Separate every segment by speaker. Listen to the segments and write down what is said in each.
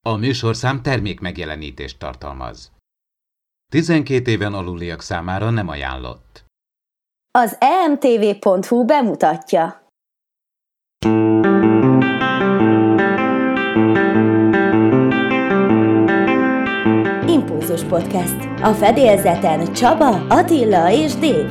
Speaker 1: A műsorszám termékmegjelenítést tartalmaz. 12 éven aluliak számára nem ajánlott.
Speaker 2: Az emtv.hu bemutatja. Impulzus Podcast. A fedélzeten Csaba, Attila és Dév.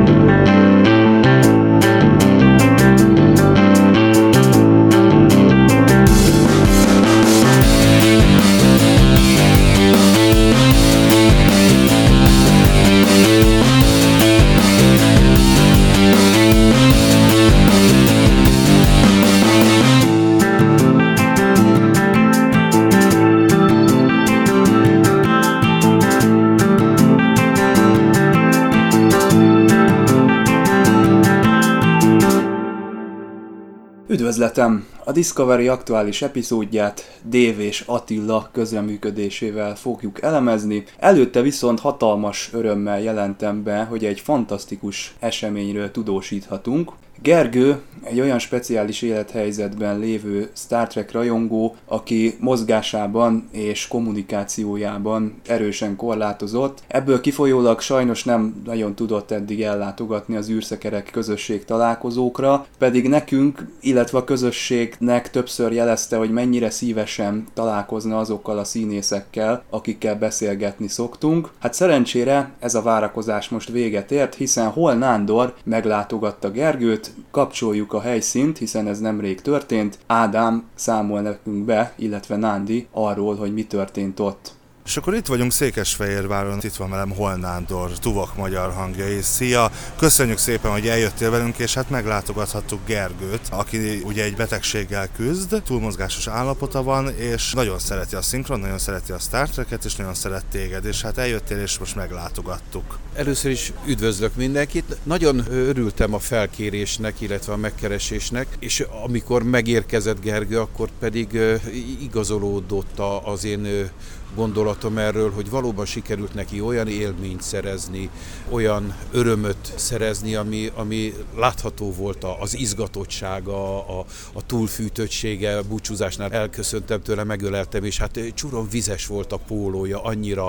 Speaker 3: Üdvözletem! A Discovery aktuális epizódját Dév és Attila közreműködésével fogjuk elemezni. Előtte viszont hatalmas örömmel jelentem be, hogy egy fantasztikus eseményről tudósíthatunk. Gergő egy olyan speciális élethelyzetben lévő Star Trek rajongó, aki mozgásában és kommunikációjában erősen korlátozott. Ebből kifolyólag sajnos nem nagyon tudott eddig ellátogatni az űrszekerek közösség találkozókra, pedig nekünk, illetve a közösségnek többször jelezte, hogy mennyire szívesen találkozna azokkal a színészekkel, akikkel beszélgetni szoktunk. Hát szerencsére ez a várakozás most véget ért, hiszen Hol Nándor meglátogatta Gergőt. Kapcsoljuk a helyszínt, hiszen ez nemrég történt. Ádám számol nekünk be, illetve Nándi arról, hogy mi történt ott.
Speaker 4: És akkor itt vagyunk Székesfehérváron, itt van velem Hol Nándor, Tuvok magyar hangjai. Szia! Köszönjük szépen, hogy eljöttél velünk, és hát meglátogathattuk Gergőt, aki ugye egy betegséggel küzd, túlmozgásos állapota van, és nagyon szereti a szinkron, nagyon szereti a Star Trek-et, és nagyon szeret téged, és hát eljöttél, és most meglátogattuk.
Speaker 5: Először is üdvözlök mindenkit. Nagyon örültem a felkérésnek, illetve a megkeresésnek, és amikor megérkezett Gergő, akkor pedig igazolódott az én gondolatom erről, hogy valóban sikerült neki olyan élményt szerezni, olyan örömöt szerezni, ami látható volt az izgatottsága, a túlfűtöttsége. Búcsúzásnál elköszöntem tőle, megöleltem, és hát csuron vizes volt a pólója,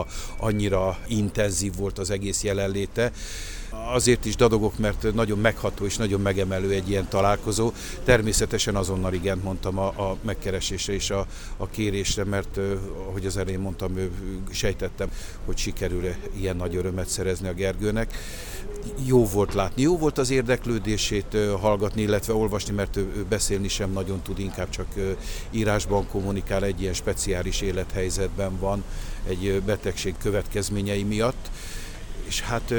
Speaker 5: annyira intenzív volt az egész jelenléte. Azért is dadogok, mert nagyon megható és nagyon megemelő egy ilyen találkozó. Természetesen azonnal igent mondtam a megkeresésre és a kérésre, mert ahogy az elején mondtam, sejtettem, hogy sikerül ilyen nagy örömet szerezni a Gergőnek. Jó volt látni, jó volt az érdeklődését hallgatni, illetve olvasni, mert ő beszélni sem nagyon tud, inkább csak írásban kommunikál, egy ilyen speciális élethelyzetben van egy betegség következményei miatt. És hát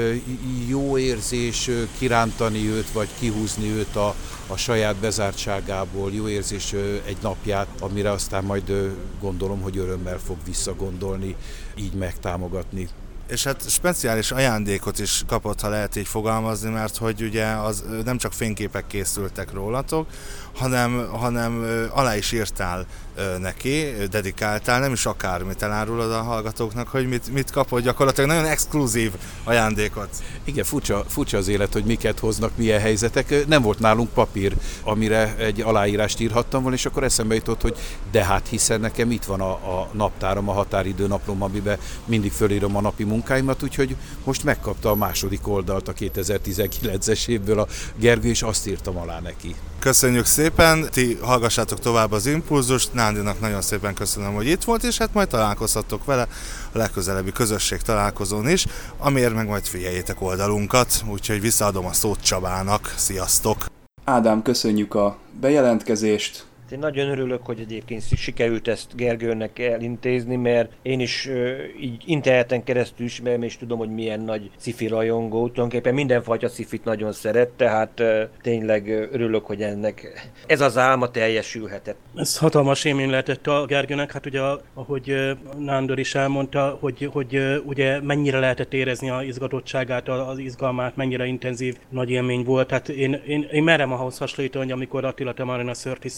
Speaker 5: jó érzés kirántani őt, vagy kihúzni őt a saját bezártságából, jó érzés egy napját, amire aztán majd gondolom, hogy örömmel fog visszagondolni, így megtámogatni.
Speaker 4: És hát speciális ajándékot is kapott, ha lehet így fogalmazni, mert hogy ugye az nem csak fényképek készültek rólatok, hanem alá is írtál neki, dedikáltál, nem is akármit, elárulod a hallgatóknak, hogy mit kapott, gyakorlatilag nagyon exkluzív ajándékot.
Speaker 5: Igen, furcsa az élet, hogy miket hoznak, milyen helyzetek. Nem volt nálunk papír, amire egy aláírást írhattam volna, és akkor eszembe jutott, hogy de hát hiszen nekem itt van a naptáram, a határidő naplom, amiben mindig fölírom a napi munkáimat, úgyhogy most megkapta a második oldalt a 2019-es évből a Gergő, és azt írtam alá neki.
Speaker 4: Köszönjük szépen, ti hallgassátok tovább az Impulzust, Nándinak nagyon szépen köszönöm, hogy itt volt, és hát majd találkozhattok vele a legközelebbi közösség találkozón is, amiért meg majd figyeljétek oldalunkat, úgyhogy visszaadom a szót Csabának, sziasztok!
Speaker 3: Ádám, köszönjük a bejelentkezést.
Speaker 6: Én nagyon örülök, hogy egyébként sikerült ezt Gergőnek elintézni, mert én is így interneten keresztül ismerem, és tudom, hogy milyen nagy sci-fi rajongó. Tulajdonképpen mindenfajta sci-fit nagyon szeret, tehát tényleg örülök, hogy ennek ez az álma teljesülhetett.
Speaker 7: Ez hatalmas élmény lehetett a Gergőnek, hát ugye, ahogy Nándor is elmondta, hogy ugye mennyire lehetett érezni az izgatottságát, az izgalmát, mennyire intenzív, nagy élmény volt. Hát én merem ahhoz hasonlítani, hogy amikor Attila, te Marina Sirtiszel tudtál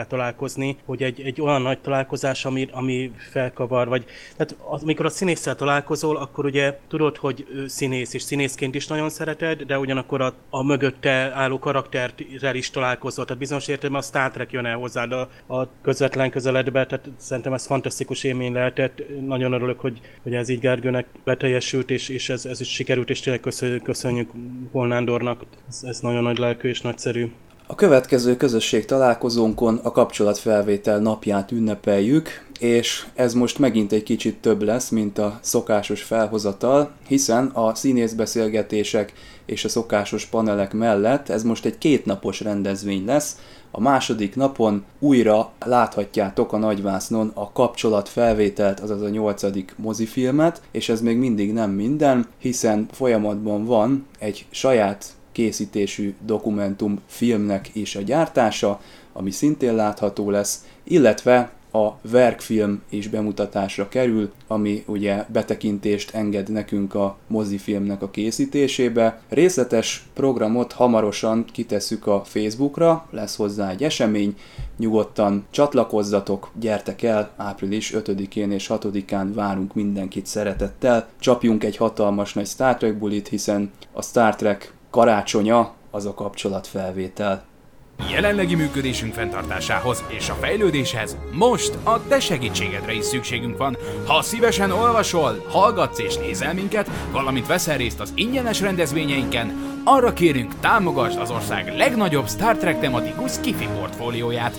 Speaker 7: kell találkozni, hogy egy olyan nagy találkozás, ami felkavar, vagy tehát amikor a színésszel találkozol, akkor ugye tudod, hogy színész, és színészként is nagyon szereted, de ugyanakkor a mögötte álló karakterrel is találkozol, tehát bizonyos értelemben a Star Trek jön el hozzád a közvetlen közeledbe, tehát szerintem ez fantasztikus élmény lehetett. Nagyon örülök, hogy ez így Gergőnek beteljesült, és ez is sikerült, és tényleg köszönjük Holnándornak. Ez nagyon nagy lelkű és nagyszerű.
Speaker 3: A következő közösség találkozónkon a kapcsolatfelvétel napját ünnepeljük, és ez most megint egy kicsit több lesz, mint a szokásos felhozatal, hiszen a színészbeszélgetések és a szokásos panelek mellett ez most egy 2 napos rendezvény lesz. A második napon újra láthatjátok a nagyvásznon a kapcsolatfelvételt, azaz a 8. mozifilmet, és ez még mindig nem minden, hiszen folyamatban van egy saját készítésű dokumentumfilmnek is a gyártása, ami szintén látható lesz, illetve a verkfilm is bemutatásra kerül, ami ugye betekintést enged nekünk a mozifilmnek a készítésébe. Részletes programot hamarosan kitesszük a Facebookra, lesz hozzá egy esemény, nyugodtan csatlakozzatok, gyertek el, április 5-én és 6-án várunk mindenkit szeretettel, csapjunk egy hatalmas nagy Star Trek bulit, hiszen a Star Trek karácsonya az a kapcsolatfelvétel.
Speaker 8: Jelenlegi működésünk fenntartásához és a fejlődéshez most a te segítségedre is szükségünk van. Ha szívesen olvasol, hallgatsz és nézel minket, valamint veszel részt az ingyenes rendezvényeinken, arra kérünk, támogasd az ország legnagyobb Star Trek tematikus sci-fi portfólióját.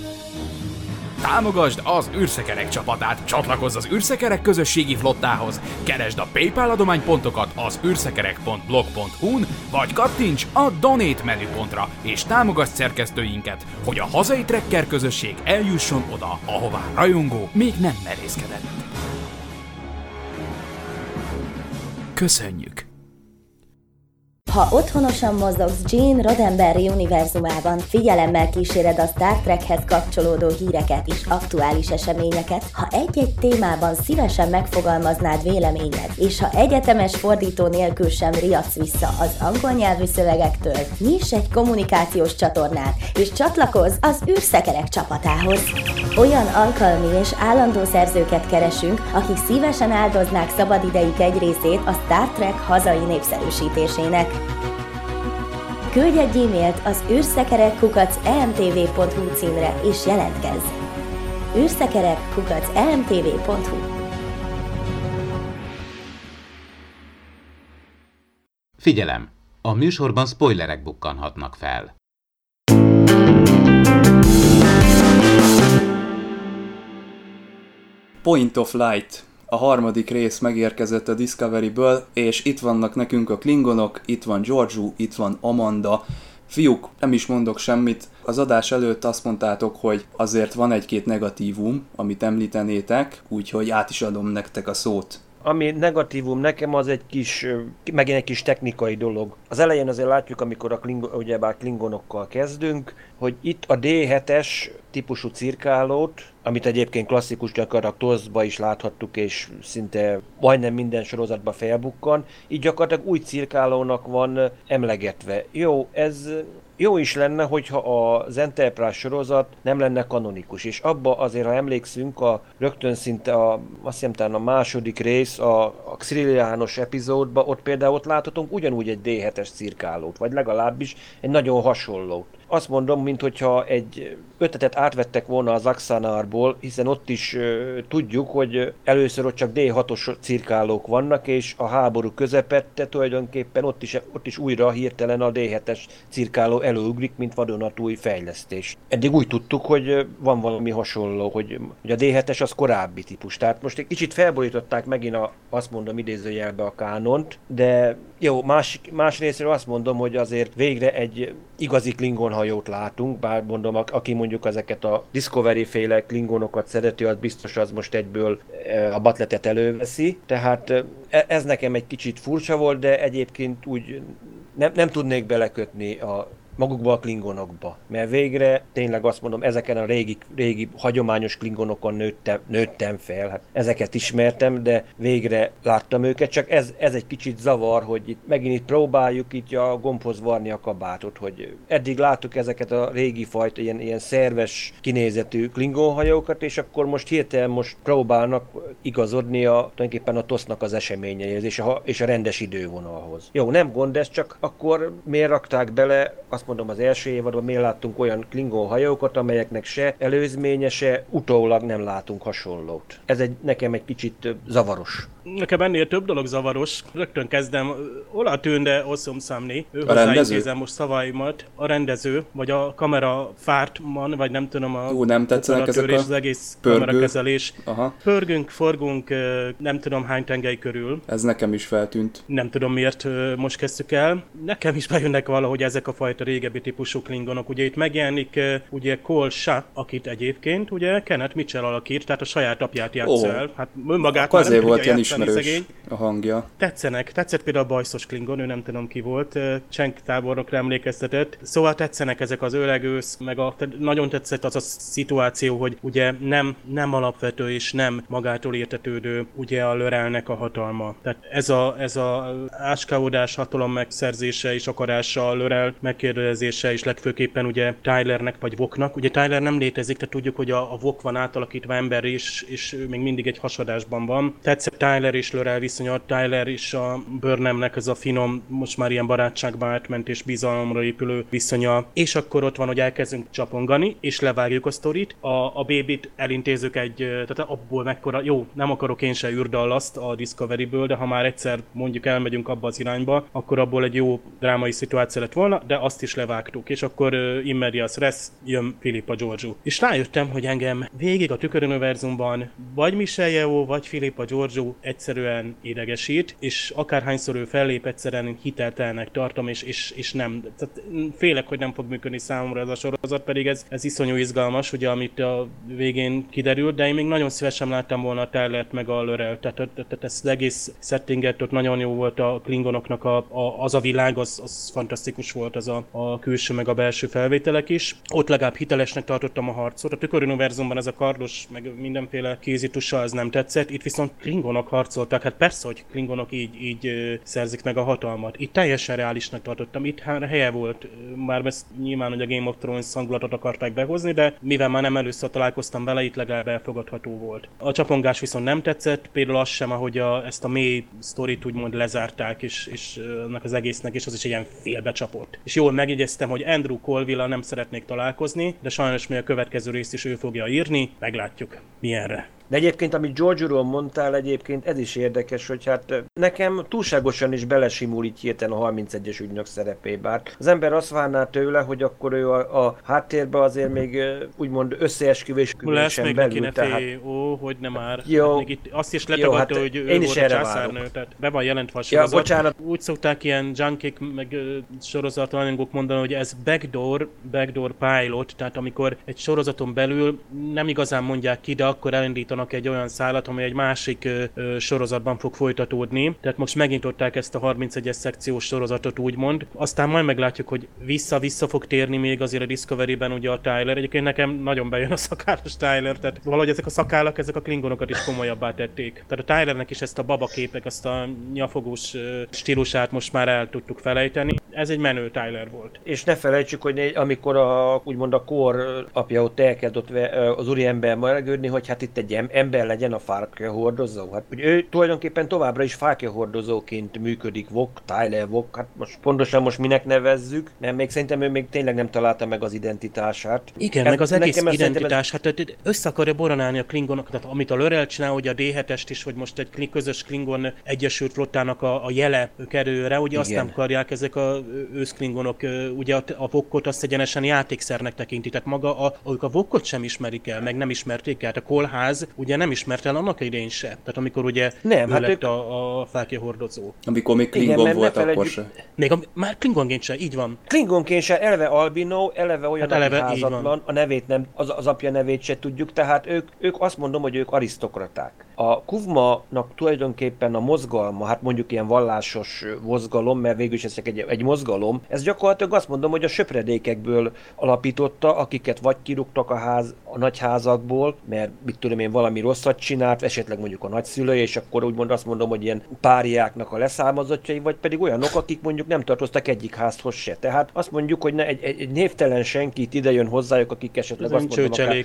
Speaker 8: Támogasd az űrszekerek csapatát, csatlakozz az űrszekerek közösségi flottához, keresd a PayPal adománypontokat az űrszekerek.blog.hu-n, vagy kattints a Donate menüpontra, és támogasd szerkesztőinket, hogy a hazai trekker közösség eljusson oda, ahová rajongó még nem merészkedett. Köszönjük!
Speaker 2: Ha otthonosan mozogsz Gene Roddenberry univerzumában, figyelemmel kíséred a Star Trekhez kapcsolódó híreket és aktuális eseményeket, ha egy-egy témában szívesen megfogalmaznád véleményed, és ha egyetemes fordító nélkül sem riadsz vissza az angol nyelvű szövegektől, nyiss egy kommunikációs csatornát, és csatlakozz az űrszekerek csapatához. Olyan alkalmi és állandó szerzőket keresünk, akik szívesen áldoznák szabadidejük egy részét a Star Trek hazai népszerűsítésének. Küldj egy e-mailt az űrszekerek@emtv.hu címre és jelentkezz! űrszekerek@emtv.hu.
Speaker 1: Figyelem! A műsorban spoilerek bukkanhatnak fel.
Speaker 3: Point of Light. A 3. rész megérkezett a Discovery-ből, és itt vannak nekünk a klingonok, itt van Georgiou, itt van Amanda. Fiúk, nem is mondok semmit, az adás előtt azt mondtátok, hogy azért van egy-két negatívum, amit említenétek, úgyhogy át is adom nektek a szót.
Speaker 6: Ami negatívum nekem, az megint egy kis technikai dolog. Az elején azért látjuk, amikor ugyebár klingonokkal kezdünk, hogy itt a D7-es típusú cirkálót, amit egyébként klasszikus gyakorlatilag TOS-ba is láthattuk, és szinte majdnem minden sorozatban felbukkan, így gyakorlatilag új cirkálónak van emlegetve. Jó, ez jó is lenne, hogyha az Enterprise sorozat nem lenne kanonikus, és abba azért, ha emlékszünk, rögtön szinte azt hiszem talán a második rész, a Xrilliános epizódban, ott például láthatunk ugyanúgy egy D7-es cirkálót, vagy legalábbis egy nagyon hasonlót. Azt mondom, minthogyha egy ötletet átvettek volna az Axanarból, hiszen ott is tudjuk, hogy először ott csak D6-os cirkálók vannak, és a háború közepette tulajdonképpen ott is újra hirtelen a D7-es cirkáló előugrik, mint vadonatúj fejlesztés. Eddig úgy tudtuk, hogy van valami hasonló, hogy a D7-es az korábbi típus. Tehát most egy kicsit felborították megint azt mondom idézőjelbe a kánont, de jó, más részről azt mondom, hogy azért végre egy igazi klingon hajót látunk, bár mondom, aki mondjuk ezeket a Discovery-féle klingonokat szereti, az biztos az most egyből a Batletet előveszi. Tehát ez nekem egy kicsit furcsa volt, de egyébként úgy nem tudnék belekötni a magukba a klingonokba. Mert végre tényleg azt mondom, ezeken a régi hagyományos klingonokon nőttem fel. Hát ezeket ismertem, de végre láttam őket, csak ez egy kicsit zavar, hogy megint próbáljuk itt a gombhoz varni a kabátot, hogy eddig láttuk ezeket a régi fajta, ilyen szerves kinézetű klingonhajókat, és akkor most hirtelen próbálnak igazodni tulajdonképpen a TOS-nak az eseményeihez és a rendes idővonalhoz. Jó, nem gond ez, csak akkor miért rakták bele, azt mondom, az első évadban miért láttunk olyan klingon hajókat, amelyeknek se előzménye, se utólag nem látunk hasonlót. Ez nekem egy kicsit zavaros.
Speaker 7: Nekem ennél több dolog zavaros. Rögtön kezdem. Ola Tünde Oszom Samni. Őhozzá intézem most szavaimat. A rendező, vagy a kamera Fartman, vagy nem tudom, a
Speaker 3: nem tetszenek ezek
Speaker 7: az egész kamerakezelés. Pörgünk, forgunk, nem tudom hány tengely körül.
Speaker 3: Ez nekem is feltűnt.
Speaker 7: Nem tudom miért most kezdtük el. Nekem is bejönnek valahogy ezek a fajta régebbi típusú klingonok. Ugye itt megjelenik ugye Cole Shah, akit egyébként ugye Kenneth Mitchell alakít, tehát a saját apját játsz el. Hát önmagát már nem tudja játszani, szegény.
Speaker 3: A hangja.
Speaker 7: Tetszett például a bajszos klingon, ő nem tudom ki volt, Csenk tábornokra emlékeztetett. Szóval tetszenek ezek az öregősz, meg nagyon tetszett az a szituáció, hogy ugye nem alapvető és nem magától értetődő ugye a Lorelnek a hatalma. Tehát ez a áskálódás, hatalom megszerzése és akarása, a Lorel megkérdezése és legfőképpen ugye Tylernek vagy Voknak. Ugye Tyler nem létezik, tehát tudjuk, hogy a Vok van átalakítva ember és még mindig egy hasadásban van. Tetszett Tyler és Lorel viszonya, Tyler és a Burnhamnek ez a finom, most már ilyen barátságba átment és bizalomra épülő viszonya. És akkor ott van, hogy elkezdünk csapongani, és levágjuk a sztorit. A bébit elintézünk tehát abból mekkora, jó, nem akarok én se űrdallaszt a Discoveryből, de ha már egyszer mondjuk elmegyünk abba az irányba, akkor abból egy jó drámai szituáció lett volna, de azt is levágtuk. És akkor in medias res jön Philippa Georgiou. És rájöttem, hogy engem végig a Tüköruniverzumban vagy Michelle Yeoh, vagy Philippa Georgiou egyszerűen idegesít, és akárhányszor ő fellép, egyszerűen hiteltelnek tartom, és nem. Tehát félek, hogy nem fog működni számomra ez a sorozat, pedig ez iszonyú izgalmas, ugye, amit a végén kiderült, de én még nagyon szívesen láttam volna a Tylert meg a Lorel, tehát ez az egész settinget, ott nagyon jó volt a klingonoknak az a világ, az fantasztikus volt, az a külső meg a belső felvételek is. Ott legalább hitelesnek tartottam a harcot. A Tüköruniverzumban ez a kardos, meg mindenféle kézitussal az nem tetszett, itt viszont klingonok harcoltak, hát persze, hogy klingonok így szerzik meg a hatalmat. Itt teljesen reálisnak tartottam, itt helye volt, már ezt nyilván, hogy a Game of Thrones hangulatot akarták behozni, de mivel már nem először találkoztam vele, itt legalább elfogadható volt. A csapongás viszont nem tetszett, például az sem, ahogy ezt a mély sztorit úgymond lezárták, és annak az egésznek, és az is ilyen félbecsapott. És jól megjegyeztem, hogy Andrew Colville-al nem szeretnék találkozni, de sajnos mi a következő részt is ő fogja írni, meglátjuk milyenre.
Speaker 6: De egyébként, amit Georgiouról mondtál, egyébként ez is érdekes, hogy hát nekem túlságosan is belesimul így hirtelen a 31-es ügynök szerepébe. Hát az ember azt várná tőle, hogy akkor ő a háttérben azért még úgymond összeesküvésen belül.
Speaker 7: Tehát... hogy nem már. Jó. Hát itt azt is letagadta, hát hogy ő volt a császárnő, tehát be van jelentve a sorozat. Bocsánat. Úgy szokták ilyen junkik meg sorozatrajongók mondani, hogy ez backdoor pilot, tehát amikor egy sorozaton belül nem igazán mondják ki, de akkor elindítanak egy olyan szálat, ami egy másik sorozatban fog folytatódni. Tehát most megnyitották ezt a 31-es szekciós sorozatot úgymond. Aztán majd meglátjuk, hogy vissza fog térni még azért a Discovery-ben ugye a Tyler. Egyébként nekem nagyon bejön a szakállas Tyler, tehát valahogy ezek a szakállak, ezek a klingonokat is komolyabbá tették. Tehát a Tylernek is ezt a babaképek, azt a nyafogós stílusát most már el tudtuk felejteni. Ez egy menő Tyler volt.
Speaker 6: És ne felejtsük, hogy amikor úgymond a Kor apja ott elkezd az úriember melegődni, hogy hát itt egy ember legyen a fáklyahordozó. Hát hogy ő tulajdonképpen továbbra is fáklyahordozóként működik, Tyler Vok, hát pontosan minek nevezzük, mert még szerintem ő még tényleg nem találta meg az identitását.
Speaker 7: Igen, meg az egész identitás, hát össze akarja boronálni a klingonok, tehát amit a Lorel csinál, ugye a D7-est is, hogy most egy közös Klingon Egyesült Flottának a jele kerülre, ugye azt nem akarják ezek a őszklingonok, ugye a Vokot azt egyenesen játékszernek tekinti, tehát maga ők a Vokot sem ismerik el, meg nem ismerték el, a Kolház ugye nem ismert el annak idején se. Tehát amikor ugye ő lett a fáklyahordozó.
Speaker 3: Amikor még Klingon volt, akkor se.
Speaker 7: Már Klingonként se, így van.
Speaker 6: Klingonként se, eleve albino, eleve olyan, hát házatlan, a nevét nem, az apja nevét se tudjuk, tehát ők azt mondom, hogy ők arisztokraták. A Kuvma-nak tulajdonképpen a mozgalma, hát mondjuk ilyen vallásos mozgalom, mert végül is ez egy mozgalom, ez gyakorlatilag azt mondom, hogy a söpredékekből alapította, akiket vagy kirúgtak a nagyházakból, mert mit tudom én, valami rosszat csinált, esetleg mondjuk a nagyszülője, és akkor úgymond azt mondom, hogy ilyen páriáknak a leszármazottjai, vagy pedig olyanok, akik mondjuk nem tartoztak egyik házhoz se. Tehát azt mondjuk, hogy egy névtelen senkit ide jön hozzájuk, akik esetleg azt mondom,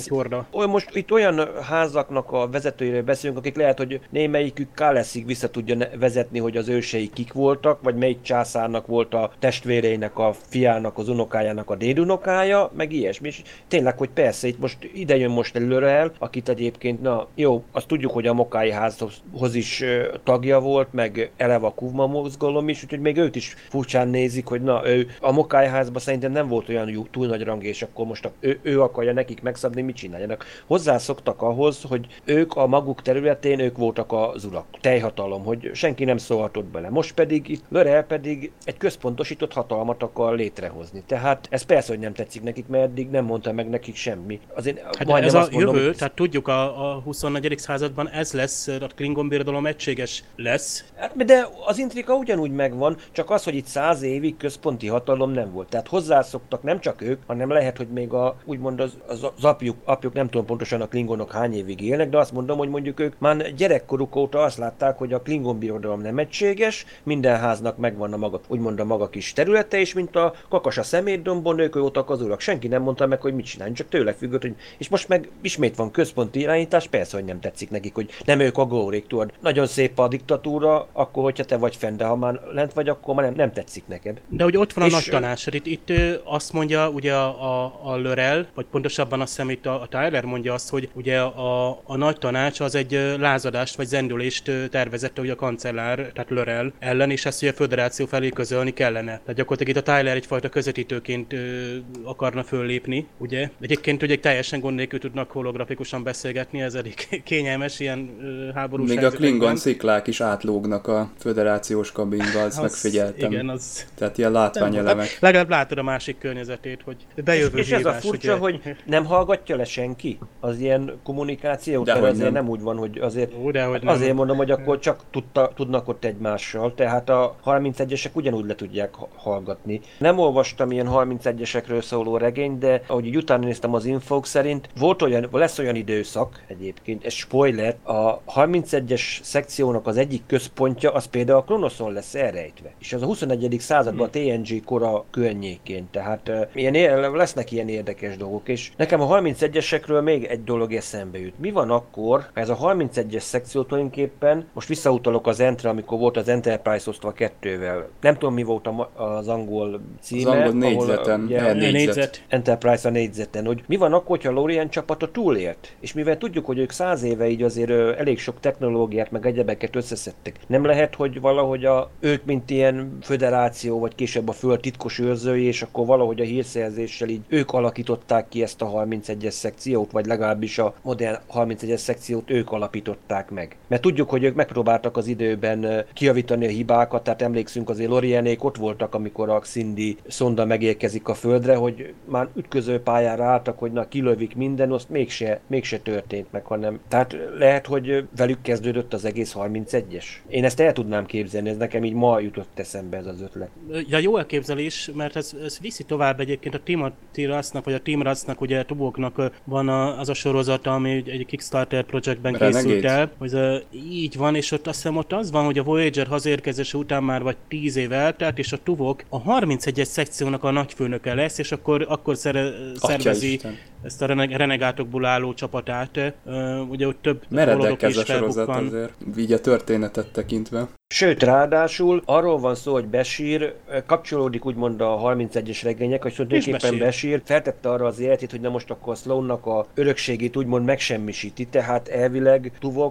Speaker 6: most itt olyan házaknak a vezetőiről beszélünk, akik lehet, hogy némelyikük Káleszig vissza tudja vezetni, hogy az ősei kik voltak, vagy melyik császárnak volt a testvéreinek, a fiának, az unokájának a dédunokája, meg ilyesmi. És tényleg, hogy persze, itt most ide jön most előre, akit egyébként, na jó, azt tudjuk, hogy a Mokái házhoz is tagja volt, meg eleve a Kuvma mozgalom is, úgyhogy még őt is furcsán nézik, hogy na, ő a Mokái házban szerintem nem volt olyan túl nagy rang, és akkor most ő akarja nekik megszabni, mit csináljanak. Hozzászoktak ahhoz, hogy ők a maguk területén, ők voltak az urak, teljhatalom, hogy senki nem szólhatott bele. Most pedig itt Lörel pedig egy központosított hatalmat akar létrehozni. Tehát ez persze, hogy nem tetszik nekik, mert eddig nem mondta meg nekik semmi. Azért
Speaker 7: hát ez a jövő, tehát tudjuk a 24. században ez lesz, a Klingon birodalom egységes lesz.
Speaker 6: Hát, de az intriga ugyanúgy megvan, csak az, hogy itt 100 évig központi hatalom nem volt. Tehát hozzászoktak nem csak ők, hanem lehet, hogy még úgymond az apjuk, nem tudom pontosan a klingonok hány évig élnek, de azt mondom, hogy mondjuk ők már gyerekkoruk óta azt látták, hogy a Klingon birodalom nem egységes, minden háznak megvan a maga, úgymond a maga kis területe, és mint a kakas a szemétdombon, ők voltak az urak. Senki nem mondta meg, hogy mit csinálni, csak tőle függött, hogy és most meg ismét van központi irányítás, persze, hogy nem tetszik nekik, hogy nem ők a górék, tudod. Nagyon szép a diktatúra, akkor, hogyha te vagy fenn, de ha már lent vagy, akkor már nem tetszik neked.
Speaker 7: De hogy ott van a nagy tanács, itt azt mondja ugye a Lörel, vagy pontosabban azt hiszem itt a Tyler mondja azt, hogy ugye a nagy tanács az egy lázadást vagy zendülést tervezette ugye a kancellár, tehát Lörel ellen, és ezt ugye a föderáció felé közölni kellene. Tehát gyakorlatilag itt a Tyler egyfajta közvetítőként akarna föllépni, ugye? Egyébként ugye teljesen gond nélkül tudnak holografikusan beszélgetni, ez elég kényelmes ilyen háborús
Speaker 3: még a Klingon sziklák is átlógnak a föderációs kabinba, azt megfigyeltem.
Speaker 7: Igen, az...
Speaker 3: Tehát ilyen látványelemek.
Speaker 7: Legalább látod a másik környezetét, hogy bejövő
Speaker 6: és ez a furcsa, ugye? Hogy nem hallgatja le senki az ilyen kommunikációt, de azért nem úgy van, hogy azért, azért mondom, hogy akkor csak tudnak ott egymással, tehát a 31-esek ugyanúgy le tudják hallgatni. Nem olvastam ilyen 31-esekről szóló regényt, de ahogy így utána néztem az infók szerint, lesz olyan időszak egyébként, ez spoiler, a 31-es szekciónak az egyik központja, az például a Kronoszon lesz elrejtve. És az a 21. században a TNG kora környékén, tehát lesznek ilyen érdekes dolgok, és nekem a 31-esekről még egy dolog eszembe jut. Mi van akkor, ha ez a 31-es szekció tulajdonképpen, most visszautalok az Entre, amikor volt az Enterprise osztva 2-vel. Nem tudom, mi volt az angol címe.
Speaker 3: Az angol négyzeten.
Speaker 6: Négyzet. Enterprise a négyzeten. Hogy mi van akkor, hogyha a Lorien csapata túlélt? És mivel tudjuk, hogy ők 100 éve így azért elég sok technológiát, meg egyebeket összeszedtek. Nem lehet, hogy valahogy ők, mint ilyen föderáció, vagy később a föld titkos őrzői, és akkor valahogy a hírszerzéssel így ők alakították ki ezt a 31-es szekciót, vagy legalábbis a modern 31-es szekciót ők alapították meg. Mert tudjuk, hogy ők megpróbáltak az időben kijavítani a hibákat, tehát emlékszünk azért Lorienék ott voltak, amikor a Xindi szonda megérkezik a földre, hogy már ütköző pályára álltak, hogy na kilövik minden, azt mégse történt meg, hanem. Tehát lehet, hogy velük kezdődött az egész 31-es. Én ezt el tudnám képzelni, ez nekem így ma jutott eszembe ez az ötlet.
Speaker 7: Ja, jó elképzelés, mert ez viszi tovább egyébként a Timothy Russnak, vagy a Team Russnak, ugye Tuvoknak van az a sorozata, ami egy Kickstarter projektben készült el, hogy így van, és ott azt hiszem ott az van, hogy a Voyager hazérkezése után már vagy 10 év eltelt, és a Tuvok a 31-es szekciónak a nagyfőnöke lesz, és akkor szervezi ezt a renegátokból álló csapatát. Ugye ott több
Speaker 3: meredek ez a sorozat azért, így a történetet tekintve.
Speaker 6: Sőt, ráadásul arról van szó, hogy Bashir kapcsolódik úgymond a 31-es regények, hogy tulajdonképpen Bashir feltette arra az életét, hogy na most akkor a Sloannak a örökségét úgymond megsemmisíti, tehát elvileg Tuvok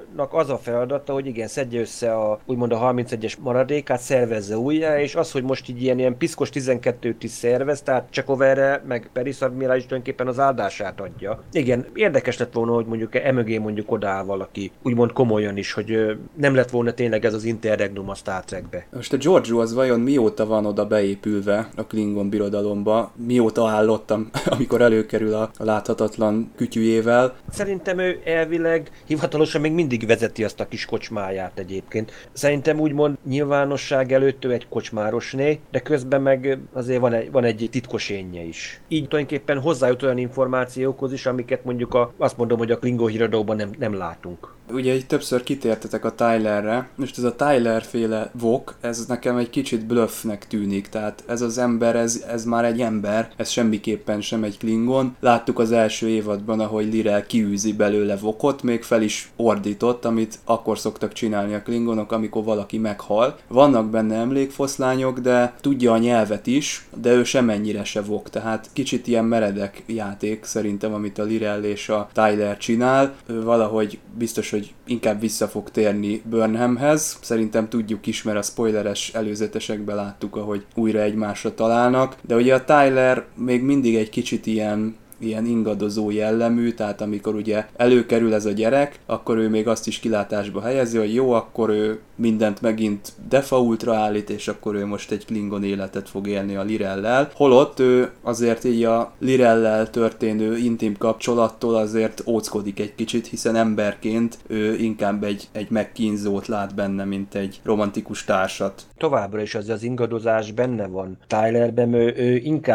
Speaker 6: Klingonnak az a feladata, hogy igen, szedje össze úgymond a 31-es maradékát, szervezze újjá, és az, hogy most így ilyen piszkos 12-t is szervez, tehát Csekoverre, meg Peris admirális tulajdonképpen az áldását adja. Igen, érdekes lett volna, hogy mondjuk emögé mondjuk odáll valaki, úgymond komolyan is, hogy nem lett volna tényleg ez az interregnum a Star Trekbe.
Speaker 3: Most a Giorgio az vajon mióta van oda beépülve a Klingon birodalomba? Mióta állottam, amikor előkerül a láthatatlan kütyűjével?
Speaker 6: Szerintem ő elvileg hivatalosan még mindig vezeti azt a kis kocsmáját egyébként. Szerintem úgymond nyilvánosság előtt ő egy kocsmárosné, de közben meg azért van egy titkos énje is. Így tulajdonképpen hozzájut olyan információkhoz is, amiket mondjuk azt mondom, hogy a Klingon híradóban nem látunk.
Speaker 3: Ugye így többször kitértetek a Tylerre, most ez a Tyler-féle vok, ez nekem egy kicsit bluffnek tűnik, tehát ez az ember, ez már egy ember, ez semmiképpen sem egy Klingon. Láttuk az első évadban, ahogy Lirel kiűzi belőle vokot, még fel is ordított, amit akkor szoktak csinálni a Klingonok, amikor valaki meghal. Vannak benne emlékfoszlányok, de tudja a nyelvet is, de ő semennyire se vok, tehát kicsit ilyen meredek játék szerintem, amit a Lirel és a Tyler csinál. Ő valahogy biztos, hogy inkább vissza fog térni Burnhamhez. Szerintem tudjuk is, mert a spoileres előzetesekben láttuk, ahogy újra egymásra találnak. De ugye a Tyler még mindig egy kicsit ilyen ingadozó jellemű, tehát amikor ugye előkerül ez a gyerek, akkor ő még azt is kilátásba helyezi, hogy jó, akkor ő mindent megint defaultra állít, és akkor ő most egy Klingon életet fog élni a Lirellel. Holott ő azért így a Lirellel történő intim kapcsolattól azért óckodik egy kicsit, hiszen emberként ő inkább egy megkínzót lát benne, mint egy romantikus társat.
Speaker 6: Továbbra is az ingadozás benne van. Tylerben ő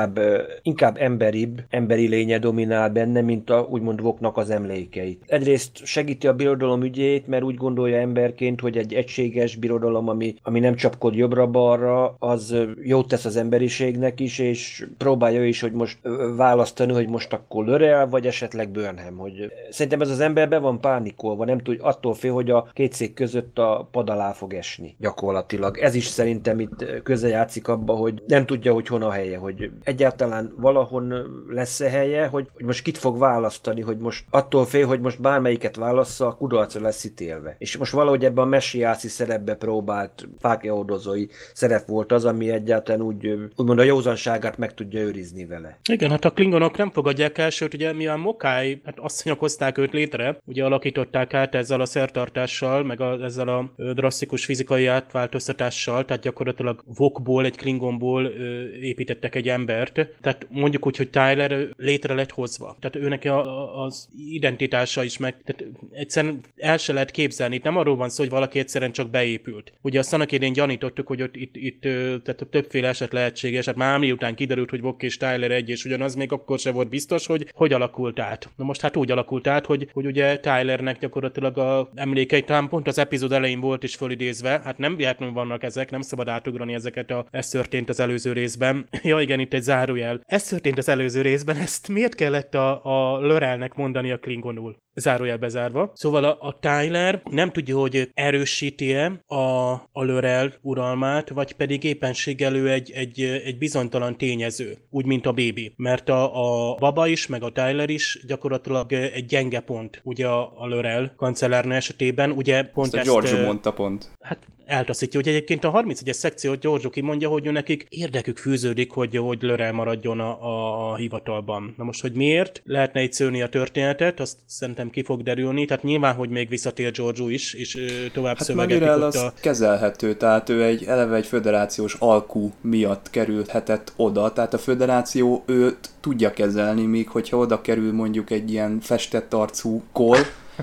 Speaker 6: inkább emberi lénye dominál benne, mint úgymond Voknak az emlékeit. Egyrészt segíti a birodalom ügyét, mert úgy gondolja emberként, hogy egy egységes birodalom, ami nem csapkod jobbra-balra, az jót tesz az emberiségnek is, és próbálja is, hogy most választani, hogy most akkor Lorel, vagy esetleg Burnham. Hogy szerintem ez az emberben van pánikolva, nem tud, attól fél, hogy a két szék között a pad alá fog esni. Gyakorlatilag. Ez is szerintem itt közrejátszik abba, hogy nem tudja, hogy hon a helye, hogy egyáltalán valahon lesz-e helye, hogy most kit fog választani, hogy most attól fél, hogy most bármelyiket válassza, a kudarcra lesz ítélve. És most valahogy ebben a messiászi szerepbe próbált fáklyahordozói szerep volt az, ami egyáltalán úgymond a józanságát meg tudja őrizni vele.
Speaker 7: Igen, hát a Klingonok nem fogadják el, sőt ugye mivel Mokai, hát asszonyok hozták őt létre, ugye alakították át ezzel a szertartással, meg ezzel a drasztikus fizikai átváltoztatással, tehát gyakorlatilag Vokból, egy Klingonból építettek egy embert. Tehát mondjuk úgy, hogy Tyler létre lett hozva. Tehát őnek az identitása is meg, tehát egyszerűen el se lehet képzelni. Itt nem arról van szó, hogy valaki egyszerűen csak beépült. Ugye azt annak idején gyanítottuk, hogy ott itt tehát többféle eset lehetséges. Hát már miután kiderült, hogy Vok és Tyler egy és ugyanaz, még akkor se volt biztos, hogy alakult át. Na most hát úgy alakult át, hogy ugye Tylernek gyakorlatilag a emlékei talán pont az epizód elején volt is fölidézve. Hát nem véletlenül vannak ezek, nem szabad átugrani ezeket. Ez történt az előző részben. Ja igen, itt egy zárójel. Ez történt az előző részben, ezt miért kellett a Lorelnek mondani a Klingonul? Zárójel bezárva. Szóval a Tyler nem tudja, hogy erősíti-e a Lorel uralmát, vagy pedig éppenséggel ő egy bizonytalan tényező, úgy, mint a bébi. Mert a baba is, meg a Tyler is gyakorlatilag egy gyenge pont, ugye a Lorel kancellárnő esetében, ugye pont
Speaker 3: ezt... Giorgio mondta pont.
Speaker 7: Hát eltaszítja, hogy egyébként a 31-es szekciót Giorgio kimondja, hogy nekik érdekük fűződik, hogy Lorel maradjon a hivatalban. Na most, hogy miért lehetne itt szőni a történetet, azt szerintem ki fog derülni, tehát nyilván, hogy még visszatér Giorgio is, és tovább szövegetik
Speaker 3: ott az kezelhető, tehát ő eleve egy föderációs alkú miatt kerülhetett oda, tehát a föderáció őt tudja kezelni, míg hogyha oda kerül mondjuk egy ilyen festett arcú Kol,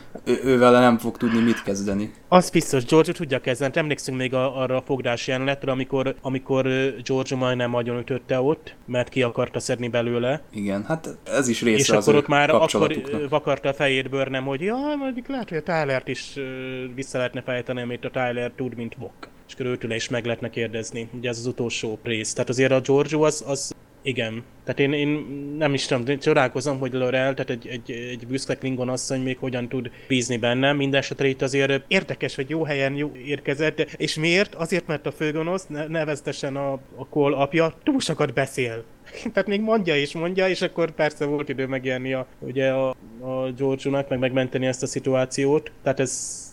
Speaker 3: ővele nem fog tudni mit kezdeni.
Speaker 7: Az biztos, Giorgio tudja kezdeni. Emlékszünk még arra a fogdás jelenetre, amikor Giorgio majdnem agyonütötte ott, mert ki akarta szedni belőle.
Speaker 3: Igen, hát ez is része
Speaker 7: és
Speaker 3: az
Speaker 7: akkor ott már
Speaker 3: akkor
Speaker 7: vakarta a fejét Burnham, hogy mondjuk lehet, hogy a Tylert is vissza lehetne fejteni, amit a Tyler tud, mint Vok. És akkor őtőle is meg lehetne kérdezni. Ugye ez az utolsó rész. Tehát azért a Giorgio az igen. Tehát én nem is tudom, csodálkozom, hogy Lorel, tehát egy büszke Klingon asszony még hogyan tud bízni benne. Mindenesetre itt azért érdekes, hogy jó helyen érkezett. És miért? Azért, mert a főgonosz, neveztesen a Kol apja, túl sokat beszél. Tehát még mondja, és akkor persze volt idő megjelenni a Giorgio-nak, megmenteni ezt a szituációt. Tehát ez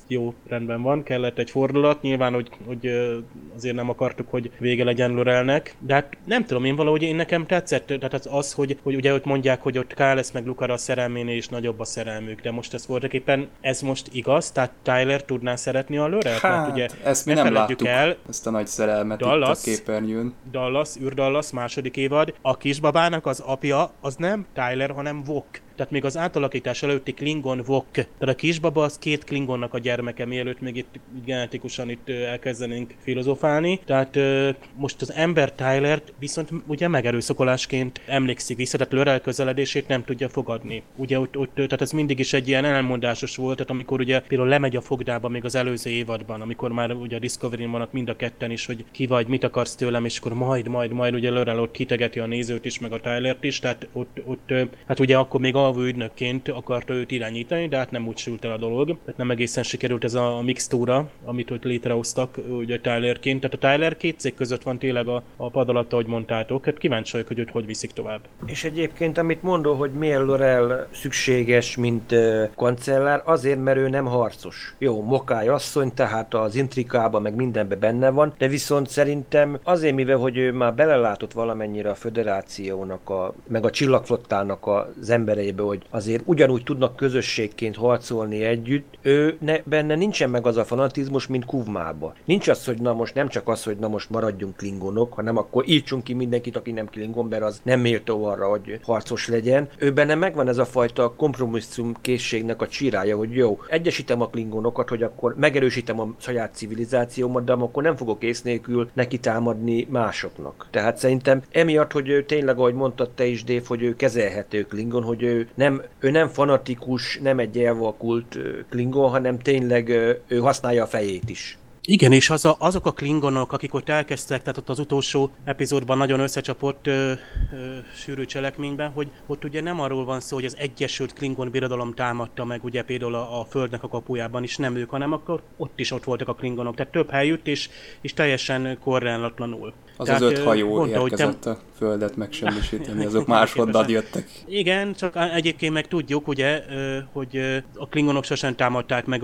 Speaker 7: jó, rendben van, kellett egy fordulat, nyilván, hogy azért nem akartuk, hogy vége legyen Lorelnek, de hát nem tudom, én valahogy nekem tetszett, tehát az, hogy ugye ott mondják, hogy ott Kyle meg Lucara a szerelménél is nagyobb a szerelmük, de most ez voltaképpen, ez most igaz? Tehát Tyler tudná szeretni a Lorelt?
Speaker 3: Hát,
Speaker 7: ugye,
Speaker 3: ezt mi nem láttuk,
Speaker 7: el,
Speaker 3: ezt a nagy szerelmet
Speaker 7: Dallas,
Speaker 3: itt a képernyőn.
Speaker 7: Dallas, második évad, a kisbabának az apja, az nem Tyler, hanem Vok. Tehát még az átalakítás előtti Klingon Vok. Tehát a kisbaba az 2 Klingonnak a gyermeke, mielőtt még itt genetikusan itt elkezdenénk filozofálni. Tehát most az ember Tylert viszont ugye megerőszakolásként emlékszik vissza, tehát Lorel közeledését nem tudja fogadni. Ugye ott tehát ez mindig is egy ilyen elmondásos volt, tehát amikor ugye például lemegy a fogdába még az előző évadban, amikor már ugye a Discovery-n vannak mind a ketten is, hogy ki vagy, mit akarsz tőlem, és akkor majd ugye Lorel ott kitegeti a nézőt is, meg a Tylert is, tehát ott hát ugye akkor még alvó ügynökként akarta őt irányítani, de hát nem úgy sült el a dolog. Tehát nem egészen sikerült ez a mixtúra, amit ott létrehoztak ugye Tylerként. Tehát a Tyler 2 cég között van tényleg a pad alatt, ahogy mondtátok. Hát kíváncsi vagyok, hogy őt hogy viszik tovább.
Speaker 6: És egyébként, amit mondol, hogy miért Lorel szükséges, mint kancellár, azért, mert ő nem harcos. Jó, Mokály asszony, tehát az intrikában meg mindenben benne van, de viszont szerintem azért, mivel hogy ő már belelátott valamennyire a föderációnak, meg a csillagflottának az embereibe, hogy azért ugyanúgy tudnak közösségként harcolni együtt, benne nincsen meg az a fanatizmus, mint Kuvmába. Nincs az, hogy na most nem csak az, hogy na most maradjunk klingonok, hanem akkor írtsunk ki mindenkit, aki nem klingon, mert az nem méltó arra, hogy harcos legyen. Ő benne megvan ez a fajta kompromisszum készségnek a csirája, hogy jó, egyesítem a klingonokat, hogy akkor megerősítem a saját civilizációmat, de akkor nem fogok ész nélkül neki támadni másoknak. Tehát szerintem emiatt, hogy ő tényleg, ahogy mondtad te is, Dave, hogy ő kezelhető klingon, hogy ő nem fanatikus, nem egy elvakult klingon, hanem tényleg ő használja a fejét is.
Speaker 7: Igen, és azok a klingonok, akik ott elkezdtek, tehát ott az utolsó epizódban nagyon összecsapott sűrű cselekményben, hogy ott ugye nem arról van szó, hogy az Egyesült Klingon Birodalom támadta meg ugye például a Földnek a kapujában is nem ők, hanem akkor ott voltak a klingonok, tehát több helyütt és teljesen korrelátlanul.
Speaker 3: Az 5 hajó érkezett a Földet megsemmisíteni, azok máshonnan jöttek.
Speaker 7: Igen, csak egyébként meg tudjuk, ugye, hogy a klingonok sosem támadták meg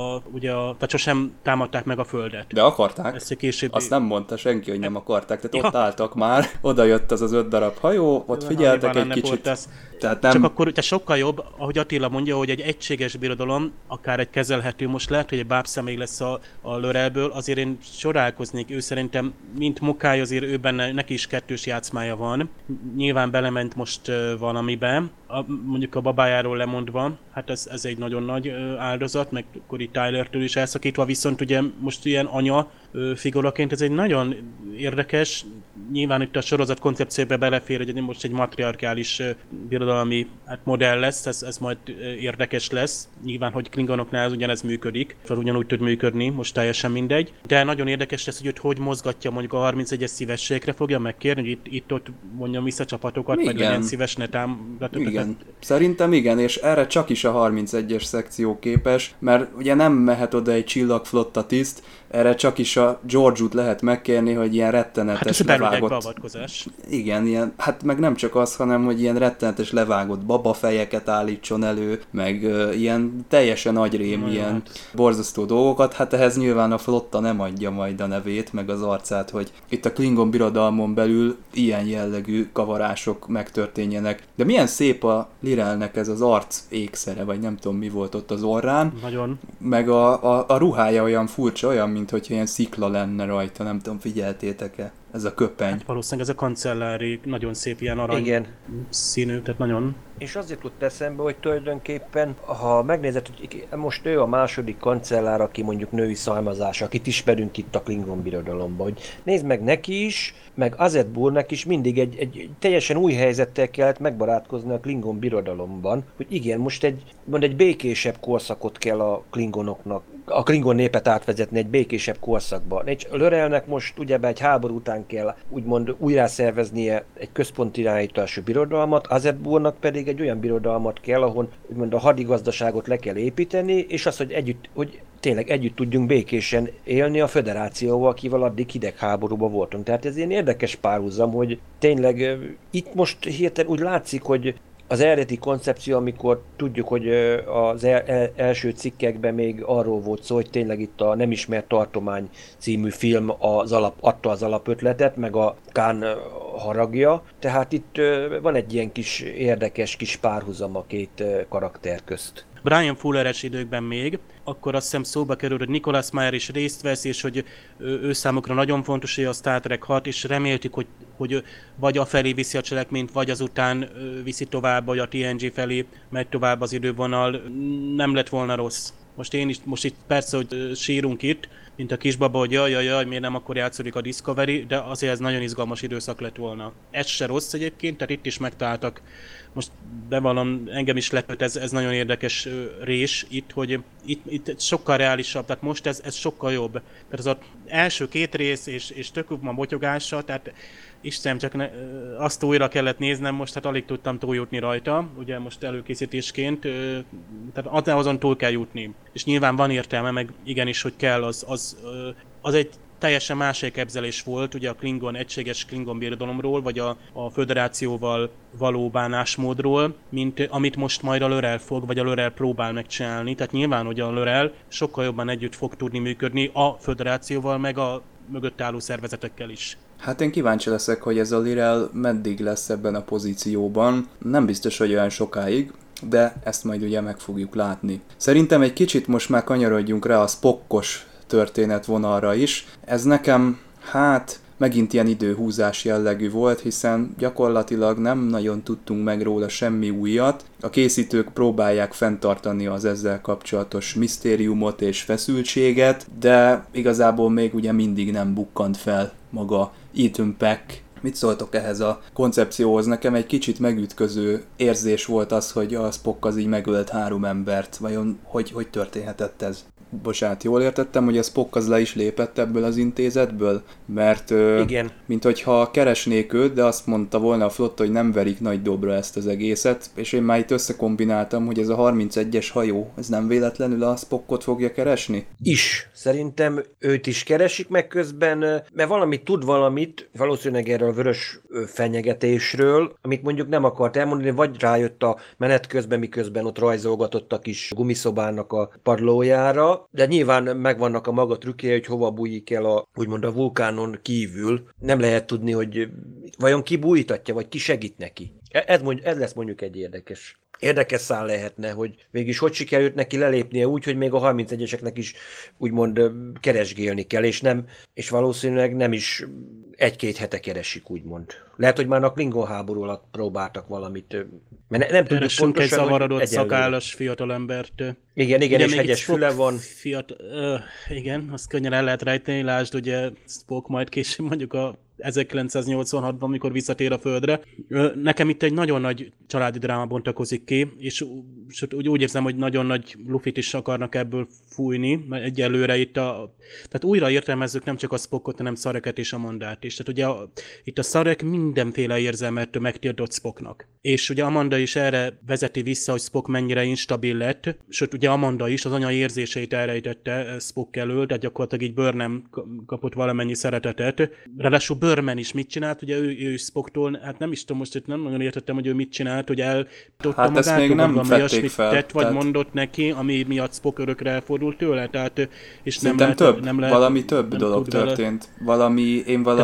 Speaker 7: tehát sosem támadták meg a Földet.
Speaker 3: De akarták.
Speaker 7: Később...
Speaker 3: Azt nem mondta senki, hogy nem akarták. Tehát ott álltak már, oda jött az 5 darab hajó, ott figyeltek egy kicsit. Tehát nem...
Speaker 7: Csak akkor sokkal jobb, ahogy Attila mondja, hogy egy egységes birodalom, akár egy kezelhető, most lehet, hogy egy bábszemély lesz a Lorelből, azért én sorálkoznék, ő szerintem, mint Mokály, azért ő benne, neki is 2-s játszmája van. Nyilván belement most valamiben, mondjuk a babájáról lemondva, hát ez egy nagyon nagy áldozat, meg akkor itt Tylertől is elszakítva, viszont ugye most ilyen anya figuraként ez egy nagyon érdekes, nyilván itt a sorozat koncepcióba belefér, hogy most egy matriarkális birodalmi modell lesz, ez majd érdekes lesz. Nyilván, hogy klingonoknál ez ugyanez működik, ugyanúgy tud működni, most teljesen mindegy. De nagyon érdekes lesz, hogy mozgatja mondjuk a 31-es szívességre fogja megkérni, hogy itt-ott mondjam vissza csapatokat,
Speaker 3: igen.
Speaker 7: vagy legyen szíves, ne
Speaker 3: Igen, szerintem igen, és erre csak is a 31-es szekció képes, mert ugye nem mehet oda egy csillagflotta tiszt, erre csak is a George-ut lehet megkérni, hogy ilyen rettenetes levágott...
Speaker 7: beavatkozás.
Speaker 3: Igen, ilyen, hát meg nem csak az, hanem hogy ilyen rettenetes levágott babafejeket állítson elő, meg ilyen teljesen agyrém, ilyen borzasztó dolgokat. Hát ehhez nyilván a flotta nem adja majd a nevét, meg az arcát, hogy itt a Klingon birodalmon belül ilyen jellegű kavarások megtörténjenek. De milyen szép a Lirelnek ez az arc ékszere, vagy nem tudom mi volt ott az orrán.
Speaker 7: Nagyon.
Speaker 3: Meg a ruhája olyan furcsa, olyan, mint hogyha ilyen szikla lenne rajta, nem tudom, figyeltétek-e? Ez a köpeny.
Speaker 7: Hát valószínűleg ez a kancellári, nagyon szép ilyen arany színű, tehát nagyon...
Speaker 6: És az jutott eszembe, hogy tulajdonképpen, ha megnézed, hogy most ő a második kancellár, aki mondjuk női származás, akit ismerünk itt a Klingon birodalomban, hogy nézd meg neki is, meg Azetburnek is mindig egy teljesen új helyzettel kellett megbarátkozni a Klingon birodalomban, hogy igen, most egy békésebb korszakot kell a Klingonoknak, a Klingon népet átvezetni egy békésebb korszakba. Lorelnek most ugye egy háború után kell úgymond újra szerveznie egy központi irányítású birodalmat, Azetburnak pedig egy olyan birodalmat kell, ahol úgymond a hadigazdaságot le kell építeni, és az, hogy tényleg együtt tudjunk békésen élni a föderációval, akivel addig hidegháborúban voltunk. Tehát ez ilyen érdekes párhuzam, hogy tényleg itt most hirtelen úgy látszik, hogy az eredeti koncepció, amikor tudjuk, hogy az első cikkekben még arról volt szó, hogy tényleg itt a Nem ismert tartomány című film adta az alapötletet, meg a Khan haragja. Tehát itt van egy ilyen kis érdekes kis párhuzam a két karakter közt.
Speaker 7: Brian Fuller-es időkben még, akkor azt hiszem szóba kerül, hogy Nicholas Meyer is részt vesz, és hogy ő számukra nagyon fontos, hogy a Star Trek 6, és reméltük, hogy vagy afelé viszi a cselekményt, vagy azután viszi tovább, vagy a TNG felé megy tovább az idővonal. Nem lett volna rossz. Most itt persze, hogy sírunk itt, mint a kisbaba, hogy jaj, miért nem akkor játszódik a Discovery, de azért ez nagyon izgalmas időszak lett volna. Ez se rossz egyébként, tehát itt is megtaláltak. Most bevallom, engem is lepett, ez nagyon érdekes rés itt, hogy itt sokkal reálisabb, tehát most ez sokkal jobb. Tehát az első két rész, és tök van botyogása, tehát Istenem, csak azt újra kellett néznem, most hát alig tudtam túljutni rajta, ugye most előkészítésként, tehát azon túl kell jutni. És nyilván van értelme, meg igenis, hogy kell, az egy teljesen más elképzelés volt, ugye a egységes Klingon birodalomról, vagy a föderációval való bánásmódról, mint amit most majd a L'Rell fog, vagy a L'Rell próbál megcsinálni. Tehát nyilván, hogy a L'Rell sokkal jobban együtt fog tudni működni a föderációval, meg a mögött álló szervezetekkel is.
Speaker 3: Hát én kíváncsi leszek, hogy ez a L'Rell meddig lesz ebben a pozícióban. Nem biztos, hogy olyan sokáig, de ezt majd ugye meg fogjuk látni. Szerintem egy kicsit most már kanyarodjunk rá a Spockos történetvonalra is. Ez nekem, megint ilyen időhúzás jellegű volt, hiszen gyakorlatilag nem nagyon tudtunk meg róla semmi újat. A készítők próbálják fenntartani az ezzel kapcsolatos misztériumot és feszültséget, de igazából még ugye mindig nem bukkant fel maga Ethan Peck. Mit szóltok ehhez a koncepcióhoz? Nekem egy kicsit megütköző érzés volt az, hogy a Spock az így megölt 3 embert. Vajon hogy történhetett ez? Bocsánat, jól értettem, hogy a Spock az le is lépett ebből az intézetből? Mert
Speaker 6: igen.
Speaker 3: Mint hogyha keresnék őt, de azt mondta volna a flotta, hogy nem verik nagy dobra ezt az egészet, és én már itt összekombináltam, hogy ez a 31-es hajó, ez nem véletlenül a Spockot fogja keresni?
Speaker 6: Szerintem őt is keresik meg közben, mert tud valamit, valószínűleg erről a vörös fenyegetésről, amit mondjuk nem akart elmondani, vagy rájött a menet közben, miközben ott rajzolgatott a kis gumiszobának a padlójára, de nyilván megvannak a maga trükkje, hogy hova bújik el úgymond a vulkánon kívül. Nem lehet tudni, hogy vajon ki bújtatja, vagy ki segít neki. Ez lesz mondjuk egy érdekes szál lehetne, hogy mégis hogy sikerült neki lelépnie úgy, hogy még a 31-eseknek is úgymond keresgélni kell, és valószínűleg nem is 1-2 hete keresik, úgymond. Lehet, hogy már a Klingon háború alatt próbáltak valamit, mert nem tudjuk pontosan,
Speaker 7: egy zavarodott szakállas fiatalembert.
Speaker 6: Igen, és hegyes füle van.
Speaker 7: Igen, azt könnyen el lehet rejteni, lásd ugye Spock majd később mondjuk a 1986-ban, amikor visszatér a Földre. Nekem itt egy nagyon nagy családi dráma bontakozik ki, és úgy érzem, hogy nagyon nagy lufit is akarnak ebből fújni, mert egyelőre tehát újra értelmezzük nem csak a Spockot, hanem Sareket és Amandát is. Tehát ugye itt a Sarek mindenféle érzelmet megtiltott Spocknak. És ugye Amanda is erre vezeti vissza, hogy Spock mennyire instabil lett, sőt ugye Amanda is az anya érzéseit elrejtette Spock elől, tehát gyakorlatilag így Burnham kapott valamennyi szeretetet. Ráadásul Burnham is mit csinált, ugye ő Spocktól, hát nem is tudom, most nem nagyon értettem, hogy ő mit csinált, hogy eltotta magát,
Speaker 3: még nem
Speaker 7: olyasmit
Speaker 3: fel,
Speaker 7: tett, vagy mondott neki, ami miatt Spock örökre elfordult tőle, tehát és
Speaker 3: valami több dolog történt. Valami